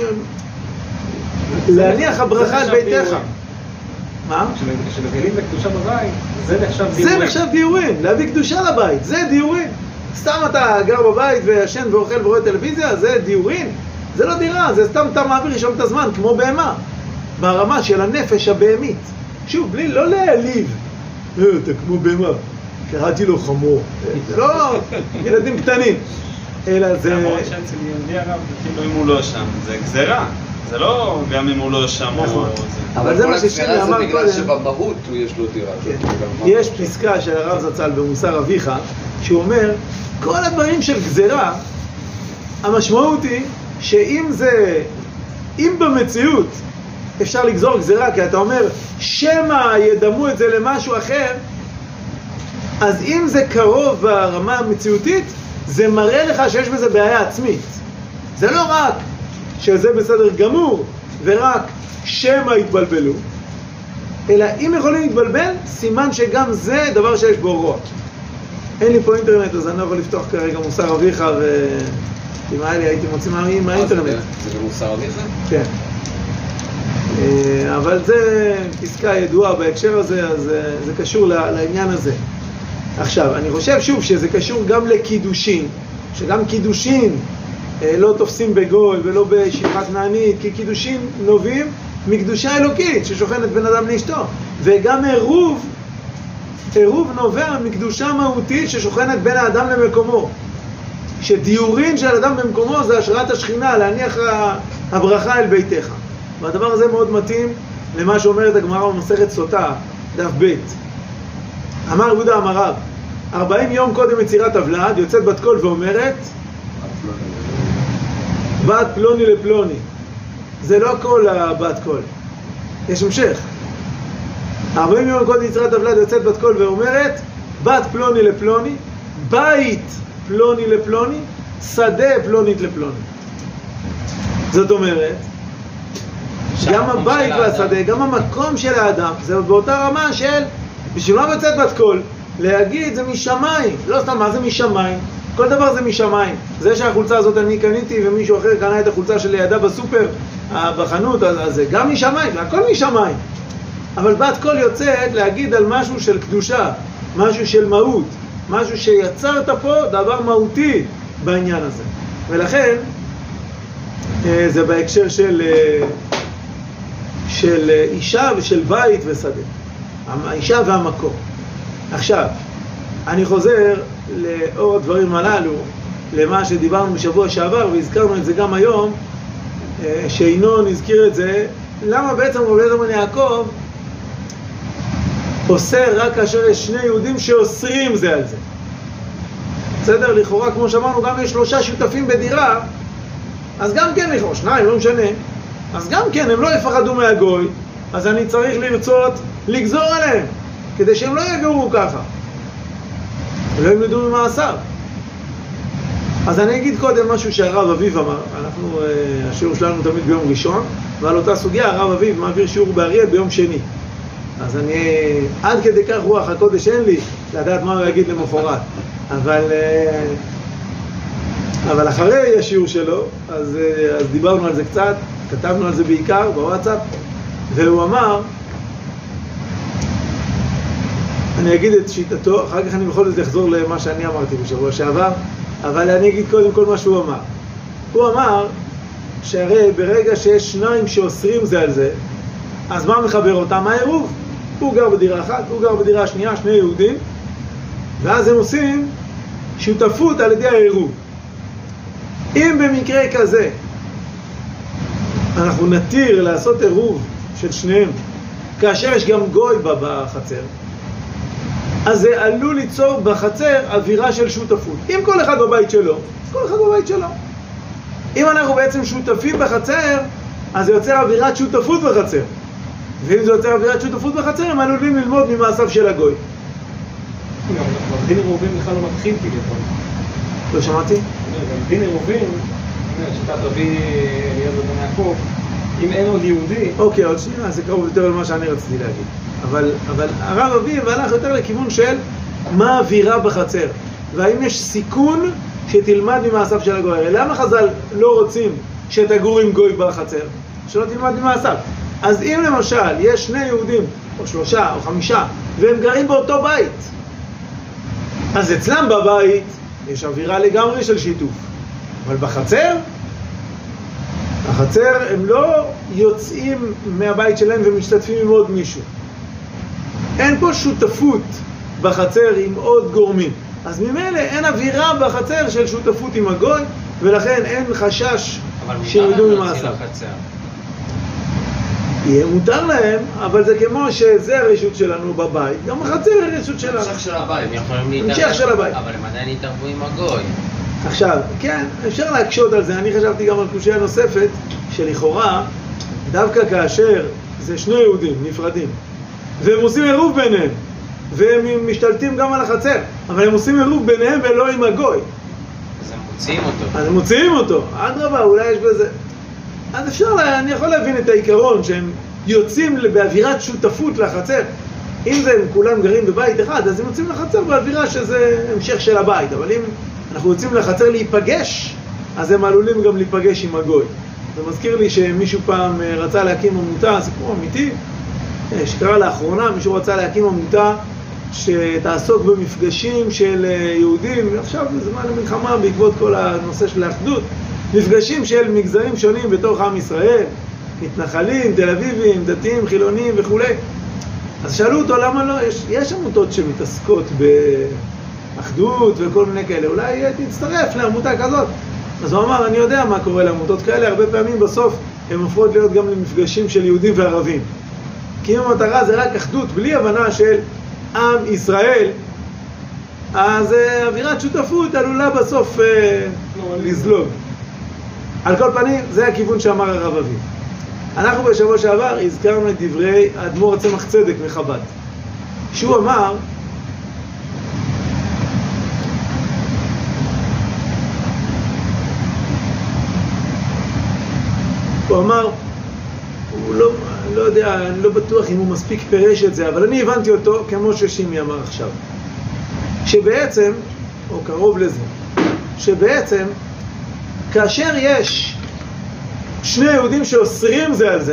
להניח הברכה על ביתך. מה? כשמבינים בקדושה בבית, זה נחשב דיורין. זה נחשב דיורין, להביא קדושה לבית, זה דיורין. סתם אתה גר בבית וישן ואוכל ורואה טלוויזיה, זה דיורין? זה לא דירה, זה סתם אתה מעביר שם את הזמן, כמו בהמה. ברמה של הנפש הבהמית. שוב, בלי, לא להעליב. אה, אתה כמו בהמה. קראתי לו חמור. זה לא ילדים קטנים. אלא זה... למרות שאצל יהודי הרב, כאילו אם הוא לא שם, זה גזרה. זה לא גם אם הוא לא שם או... אבל זה מה ששירי אמר קודם. זה בגלל שבמהות יש לו דירה. יש פסקה של הרב זצ"ל במוסר אביך, שהוא אומר, כל הדברים של גזרה, המשמעות היא שאם זה, אם במציאות אפשר לגזור גזרה, כי אתה אומר, שמה ידמו את זה למשהו אחר, אז אם זה קרוב ברמה המציאותית, זה מראה לך שיש בזה בעיה עצמית. זה לא רק שזה בסדר גמור, ורק שמה יתבלבלו, אלא אם יכולים להתבלבל, סימן שגם זה דבר שיש בו רוע. אין לי פה אינטרנט, אז אני לא יכול לפתוח כרגע מוסר אביך, ואם היה לי הייתי מוציא מהאינטרנט. זה במוסר אביך? כן. אבל זה פסקה ידועה בהקשר הזה, אז זה קשור לעניין הזה. עכשיו, אני חושב שוב שזה קשור גם לקידושין, שגם קידושין לא תופסים בגוי ולא בשפחת מענית, כי קידושין נובעים מקדושה אלוקית ששוכנת בין אדם לאשתו, וגם עירוב, עירוב נובע מקדושה מהותית ששוכנת בין האדם למקומו, שדיורין של אדם במקומו זה השראת השכינה, להניח הברכה אל ביתך. והדבר הזה מאוד מתאים למה שאומרת הגמרא במסכת סוטה, דף ב'. אמר יהודה אמר רב, ארבעים יום קודם יצירת הוולד, יוצאת בת קול ואומרת, בת פלוני לפלוני. זה לא כל הבת קול, יש המשך. ארבעים יום קודם יצירת הוולד, יוצאת בת קול ואומרת, בת פלוני לפלוני, בית פלוני לפלוני, שדה פלונית לפלוני. זאת אומרת, גם הבית והשדה, גם המקום של האדם, זה באותה רמה של, בשביל מה יוצאת בת קול? להגיד זה משמיים, לא סתם, מה זה משמיים? כל דבר זה משמיים. זה שהחולצה הזאת אני קניתי ומישהו אחר קנה את החולצה שלידה בסופר, בחנות, אז זה גם משמיים, זה הכל משמיים. אבל בת קול יוצאת להגיד על משהו של קדושה, משהו של מהות, משהו שיצרת פה דבר מהותי בעניין הזה. ולכן, זה בהקשר של, של אישה ושל בית ושדה. האישה והמקום. עכשיו, אני חוזר לאור הדברים הללו, למה שדיברנו בשבוע שעבר, והזכרנו את זה גם היום, שינון הזכיר את זה, למה בעצם רבי אליעזר בן יעקב אוסר רק כאשר יש שני יהודים שאוסרים זה על זה. בסדר? לכאורה, כמו שאמרנו, גם יש שלושה שותפים בדירה, אז גם כן לכאורה, שניים, לא משנה, אז גם כן, הם לא יפחדו מהגוי, אז אני צריך לרצות לגזור עליהם, כדי שהם לא יגורו ככה. ולא ילמדו ממעשיו. אז אני אגיד קודם משהו שהרב אביב אמר. אנחנו, השיעור שלנו תמיד ביום ראשון, ועל אותה סוגיה הרב אביב מעביר שיעור באריאל ביום שני. אז אני, עד כדי כך רוח הקודש אין לי לדעת מה הוא יגיד למחרת. אבל, אבל אחרי השיעור שלו, אז, אז דיברנו על זה קצת, כתבנו על זה בעיקר בוואטסאפ, והוא אמר, אני אגיד את שיטתו, אחר כך אני בכל זאת לחזור למה שאני אמרתי בשבוע שעבר, אבל אני אגיד קודם כל מה שהוא אמר. הוא אמר שהרי ברגע שיש שניים שאוסרים זה על זה, אז מה מחבר אותם? העירוב. הוא גר בדירה אחת, הוא גר בדירה השנייה, שני יהודים, ואז הם עושים שותפות על ידי העירוב. אם במקרה כזה אנחנו נתיר לעשות עירוב של שניהם, כאשר יש גם גוי בחצר, אז זה עלול ליצור בחצר אווירה של שותפות. אם כל אחד בבית שלו, אז כל אחד בבית שלו. אם אנחנו בעצם שותפים בחצר, אז זה יוצר אווירת שותפות בחצר. ואם זה יוצר אווירת שותפות בחצר, הם עלולים ללמוד ממעשיו של הגוי. גם דין עירובין בכלל לא מתחיל כביכול. לא שמעתי? גם דין עירובין, שיטת רבי אליעזר בן יעקב, אם אין עוד יהודי... אוקיי, עוד שנייה, זה קרוב יותר למה שאני רציתי להגיד. אבל, אבל הרב אביב הלך יותר לכיוון של מה האווירה בחצר, והאם יש סיכון שתלמד ממעשיו של הגוי. הרי למה חז"ל לא רוצים שתגור עם גוי בחצר? שלא תלמד ממעשיו. אז אם למשל יש שני יהודים, או שלושה, או חמישה, והם גרים באותו בית, אז אצלם בבית יש אווירה לגמרי של שיתוף. אבל בחצר, בחצר הם לא יוצאים מהבית שלהם ומשתתפים עם עוד מישהו. אין פה שותפות בחצר עם עוד גורמים. אז ממילא אין אווירה בחצר של שותפות עם הגוי, ולכן אין חשש שירדו ממעשיו. יהיה מותר להם, אבל זה כמו שזה הרשות שלנו בבית, גם החצר היא הרשות שלנו. המשך של הבית. המשך של הבית. אבל הם עדיין יתערבו עם הגוי. עכשיו, כן, אפשר להקשות על זה. אני חשבתי גם על קושיה נוספת, שלכאורה, דווקא כאשר זה שני יהודים נפרדים, והם עושים עירוב ביניהם, והם משתלטים גם על החצר, אבל הם עושים עירוב ביניהם ולא עם הגוי. אז הם מוציאים אותו. אז הם מוציאים אותו. אדרבה, אולי יש בזה... אז אפשר, לה, אני יכול להבין את העיקרון שהם יוצאים באווירת שותפות לחצר. אם זה הם כולם גרים בבית אחד, אז הם יוצאים לחצר באווירה שזה המשך של הבית. אבל אם אנחנו יוצאים לחצר להיפגש, אז הם עלולים גם להיפגש עם הגוי. זה מזכיר לי שמישהו פעם רצה להקים עמותה, סיפור אמיתי, שקרה לאחרונה, מישהו רצה להקים עמותה שתעסוק במפגשים של יהודים, עכשיו בזמן המלחמה בעקבות כל הנושא של האחדות, מפגשים של מגזרים שונים בתוך עם ישראל, מתנחלים, תל אביבים, דתיים, חילונים וכו'. אז שאלו אותו למה לא, יש, יש עמותות שמתעסקות באחדות וכל מיני כאלה, אולי תצטרף לעמותה כזאת. אז הוא אמר, אני יודע מה קורה לעמותות כאלה, הרבה פעמים בסוף הן הופכות להיות גם למפגשים של יהודים וערבים. כי אם המטרה זה רק אחדות, בלי הבנה של עם ישראל, אז אווירת שותפות עלולה בסוף אה, לזלוג. על כל פנים, זה הכיוון שאמר הרב אביב. אנחנו בשבוע שעבר הזכרנו את דברי האדמו"ר צמח צדק מחב"ד, שהוא אמר, הוא אמר, הוא לא, לא יודע, אני לא בטוח אם הוא מספיק פירש את זה, אבל אני הבנתי אותו כמו ששימי אמר עכשיו. שבעצם, או קרוב לזה, שבעצם, כאשר יש שני יהודים שאוסרים זה על זה,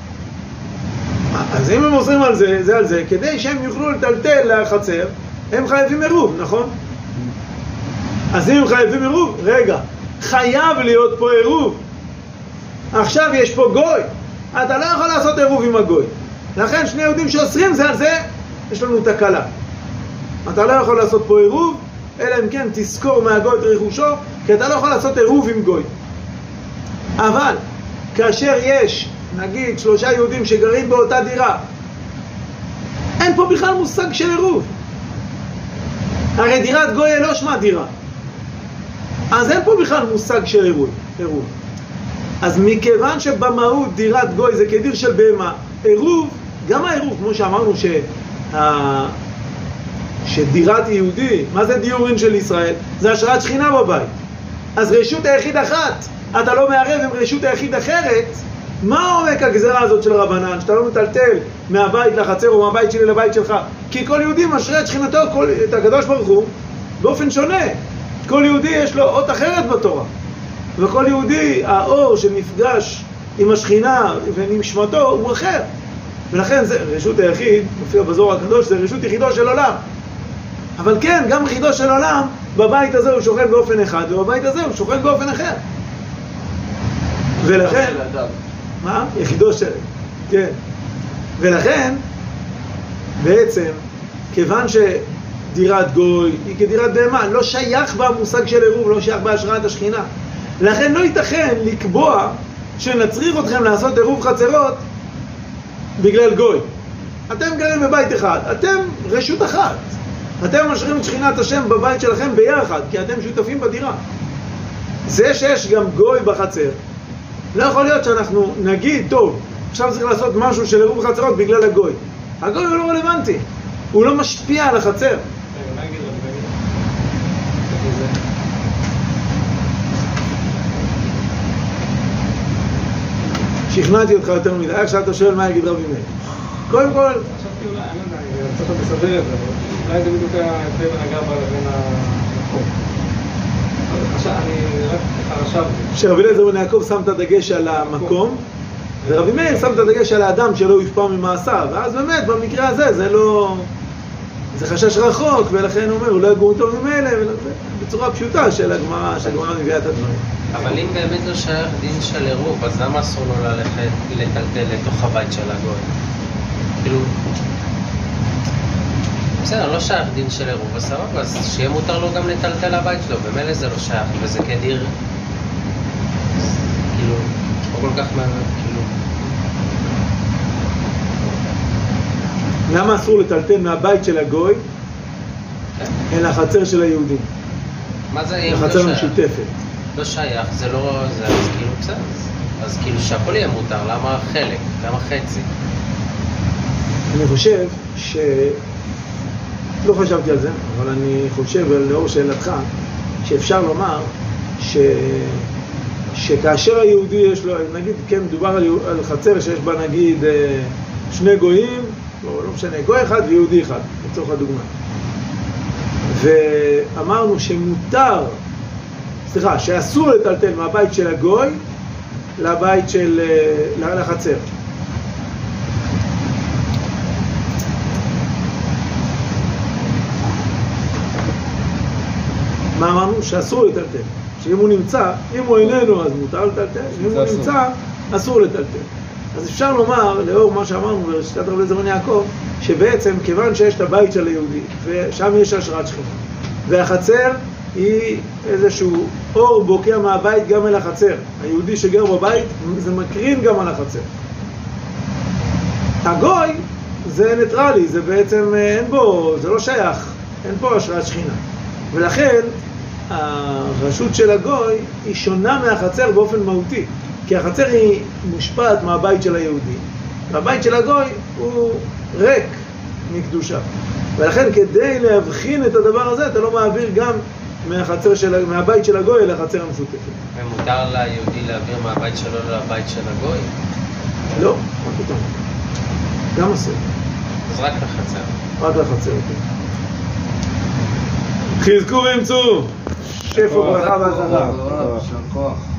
אז אם הם אוסרים על זה, זה על זה, כדי שהם יוכלו לטלטל לחצר, הם חייבים עירוב, נכון? אז אם הם חייבים עירוב, רגע, חייב להיות פה עירוב. עכשיו יש פה גוי, אתה לא יכול לעשות עירוב עם הגוי. לכן שני יהודים שאוסרים זה על זה, יש לנו תקלה. אתה לא יכול לעשות פה עירוב, אלא אם כן תזכור מהגוי את רכושו, כי אתה לא יכול לעשות עירוב עם גוי. אבל כאשר יש, נגיד, שלושה יהודים שגרים באותה דירה, אין פה בכלל מושג של עירוב. הרי דירת גוי לא שמה דירה. אז אין פה בכלל מושג של עירוב. עירוב. אז מכיוון שבמהות דירת גוי זה כדיר של בהמה, עירוב, גם העירוב, כמו שאמרנו שה... שדירת יהודי, מה זה דיורין של ישראל? זה השראת שכינה בבית. אז רשות היחיד אחת, אתה לא מערב עם רשות היחיד אחרת, מה עומק הגזרה הזאת של רבנן? שאתה לא מטלטל מהבית לחצר או מהבית שלי לבית שלך. כי כל יהודי משרה את שכינתו, כל, את הקדוש ברוך הוא, באופן שונה. כל יהודי יש לו אות אחרת בתורה. וכל יהודי, האור שנפגש עם השכינה ונשמתו הוא אחר. ולכן זה רשות היחיד, מופיע בזוהר הקדוש, זה רשות יחידו של עולם. אבל כן, גם יחידו של עולם, בבית הזה הוא שוכן באופן אחד, ובבית הזה הוא שוכן באופן אחר. ולכן... מה? יחידו של... כן. ולכן, בעצם, כיוון שדירת גוי היא כדירת בהמה, לא שייך בה מושג של עירוב, לא שייך בה השראת השכינה. לכן לא ייתכן לקבוע שנצריך אתכם לעשות עירוב חצרות בגלל גוי. אתם גרים בבית אחד, אתם רשות אחת. אתם משרים את שכינת השם בבית שלכם ביחד, כי אתם שותפים בדירה. זה שיש גם גוי בחצר, לא יכול להיות שאנחנו נגיד, טוב, עכשיו צריך לעשות משהו של עירוב חצרות בגלל הגוי. הגוי הוא לא רלוונטי, הוא לא משפיע על החצר. שכנעתי אותך יותר מדי, עכשיו אתה שואל מה יגיד רבי מאיר. קודם כל... חשבתי אולי, אני לא יודע, אני צריך לסדר את זה, אולי זה בדיוק ההבדל בין הגרבה לבין המקום. אני רק חשבתי. שרבי אליעזר בן יעקב שם את הדגש על המקום, ורבי מאיר שם את הדגש על האדם שלא יושפע ממעשיו, ואז באמת במקרה הזה זה לא... זה חשש רחוק, ולכן הוא אומר, הוא לא יגור טוב ממילא, צורה פשוטה של הגמרא, שהגמרא מביאה את הדברים. אבל אם באמת לא שייך דין של עירוב, אז למה אסור לו ללכת לטלטל לתוך הבית של הגוי? כאילו... בסדר, לא שייך דין של עירוב, אז סבבה, אז שיהיה מותר לו גם לטלטל הבית שלו, במילא זה לא שייך, וזה כדיר... כאילו, לא כל כך מעניין, כאילו... למה אסור לטלטל מהבית של הגוי אל החצר של היהודים? מה זה אם לא החצר שייך? המשותפת. לא שייך, זה לא... זה אז כאילו בסדר. אז כאילו שהכל יהיה מותר, למה חלק? למה חצי? אני חושב ש... לא חשבתי על זה, אבל אני חושב לאור שאלתך, שאפשר לומר ש... שכאשר היהודי יש לו, נגיד, כן, מדובר על, על חצר שיש בה נגיד שני גויים, לא, לא משנה, גוי אחד ויהודי אחד, לצורך הדוגמה. ואמרנו שמותר, סליחה, שאסור לטלטל מהבית של הגוי לבית של, לחצר. מה אמרנו? שאסור לטלטל. שאם הוא נמצא, אם הוא איננו אז מותר לטלטל, אם הוא נמצא, אסור לטלטל. אז אפשר לומר, לאור מה שאמרנו בשיטת רבי אליעזר בן יעקב, שבעצם כיוון שיש את הבית של היהודי, ושם יש השראת שכינה, והחצר היא איזשהו אור בוקע מהבית גם אל החצר. היהודי שגר בבית, זה מקרין גם על החצר. הגוי זה ניטרלי, זה בעצם אין בו, זה לא שייך, אין פה השראת שכינה. ולכן, הרשות של הגוי היא שונה מהחצר באופן מהותי, כי החצר היא מושפעת מהבית של היהודי, והבית של הגוי הוא ריק מקדושה. ולכן כדי להבחין את הדבר הזה, אתה לא מעביר גם מהחצר של, מהבית של הגוי לחצר המשותפת. ומותר ליהודי להעביר מהבית שלו לבית של הגוי? לא, מה פתאום. גם אסור. אז רק לחצר. רק לחצר, כן. חזקו ואמצו, שפע ברכה והצלחה. יישר כוח.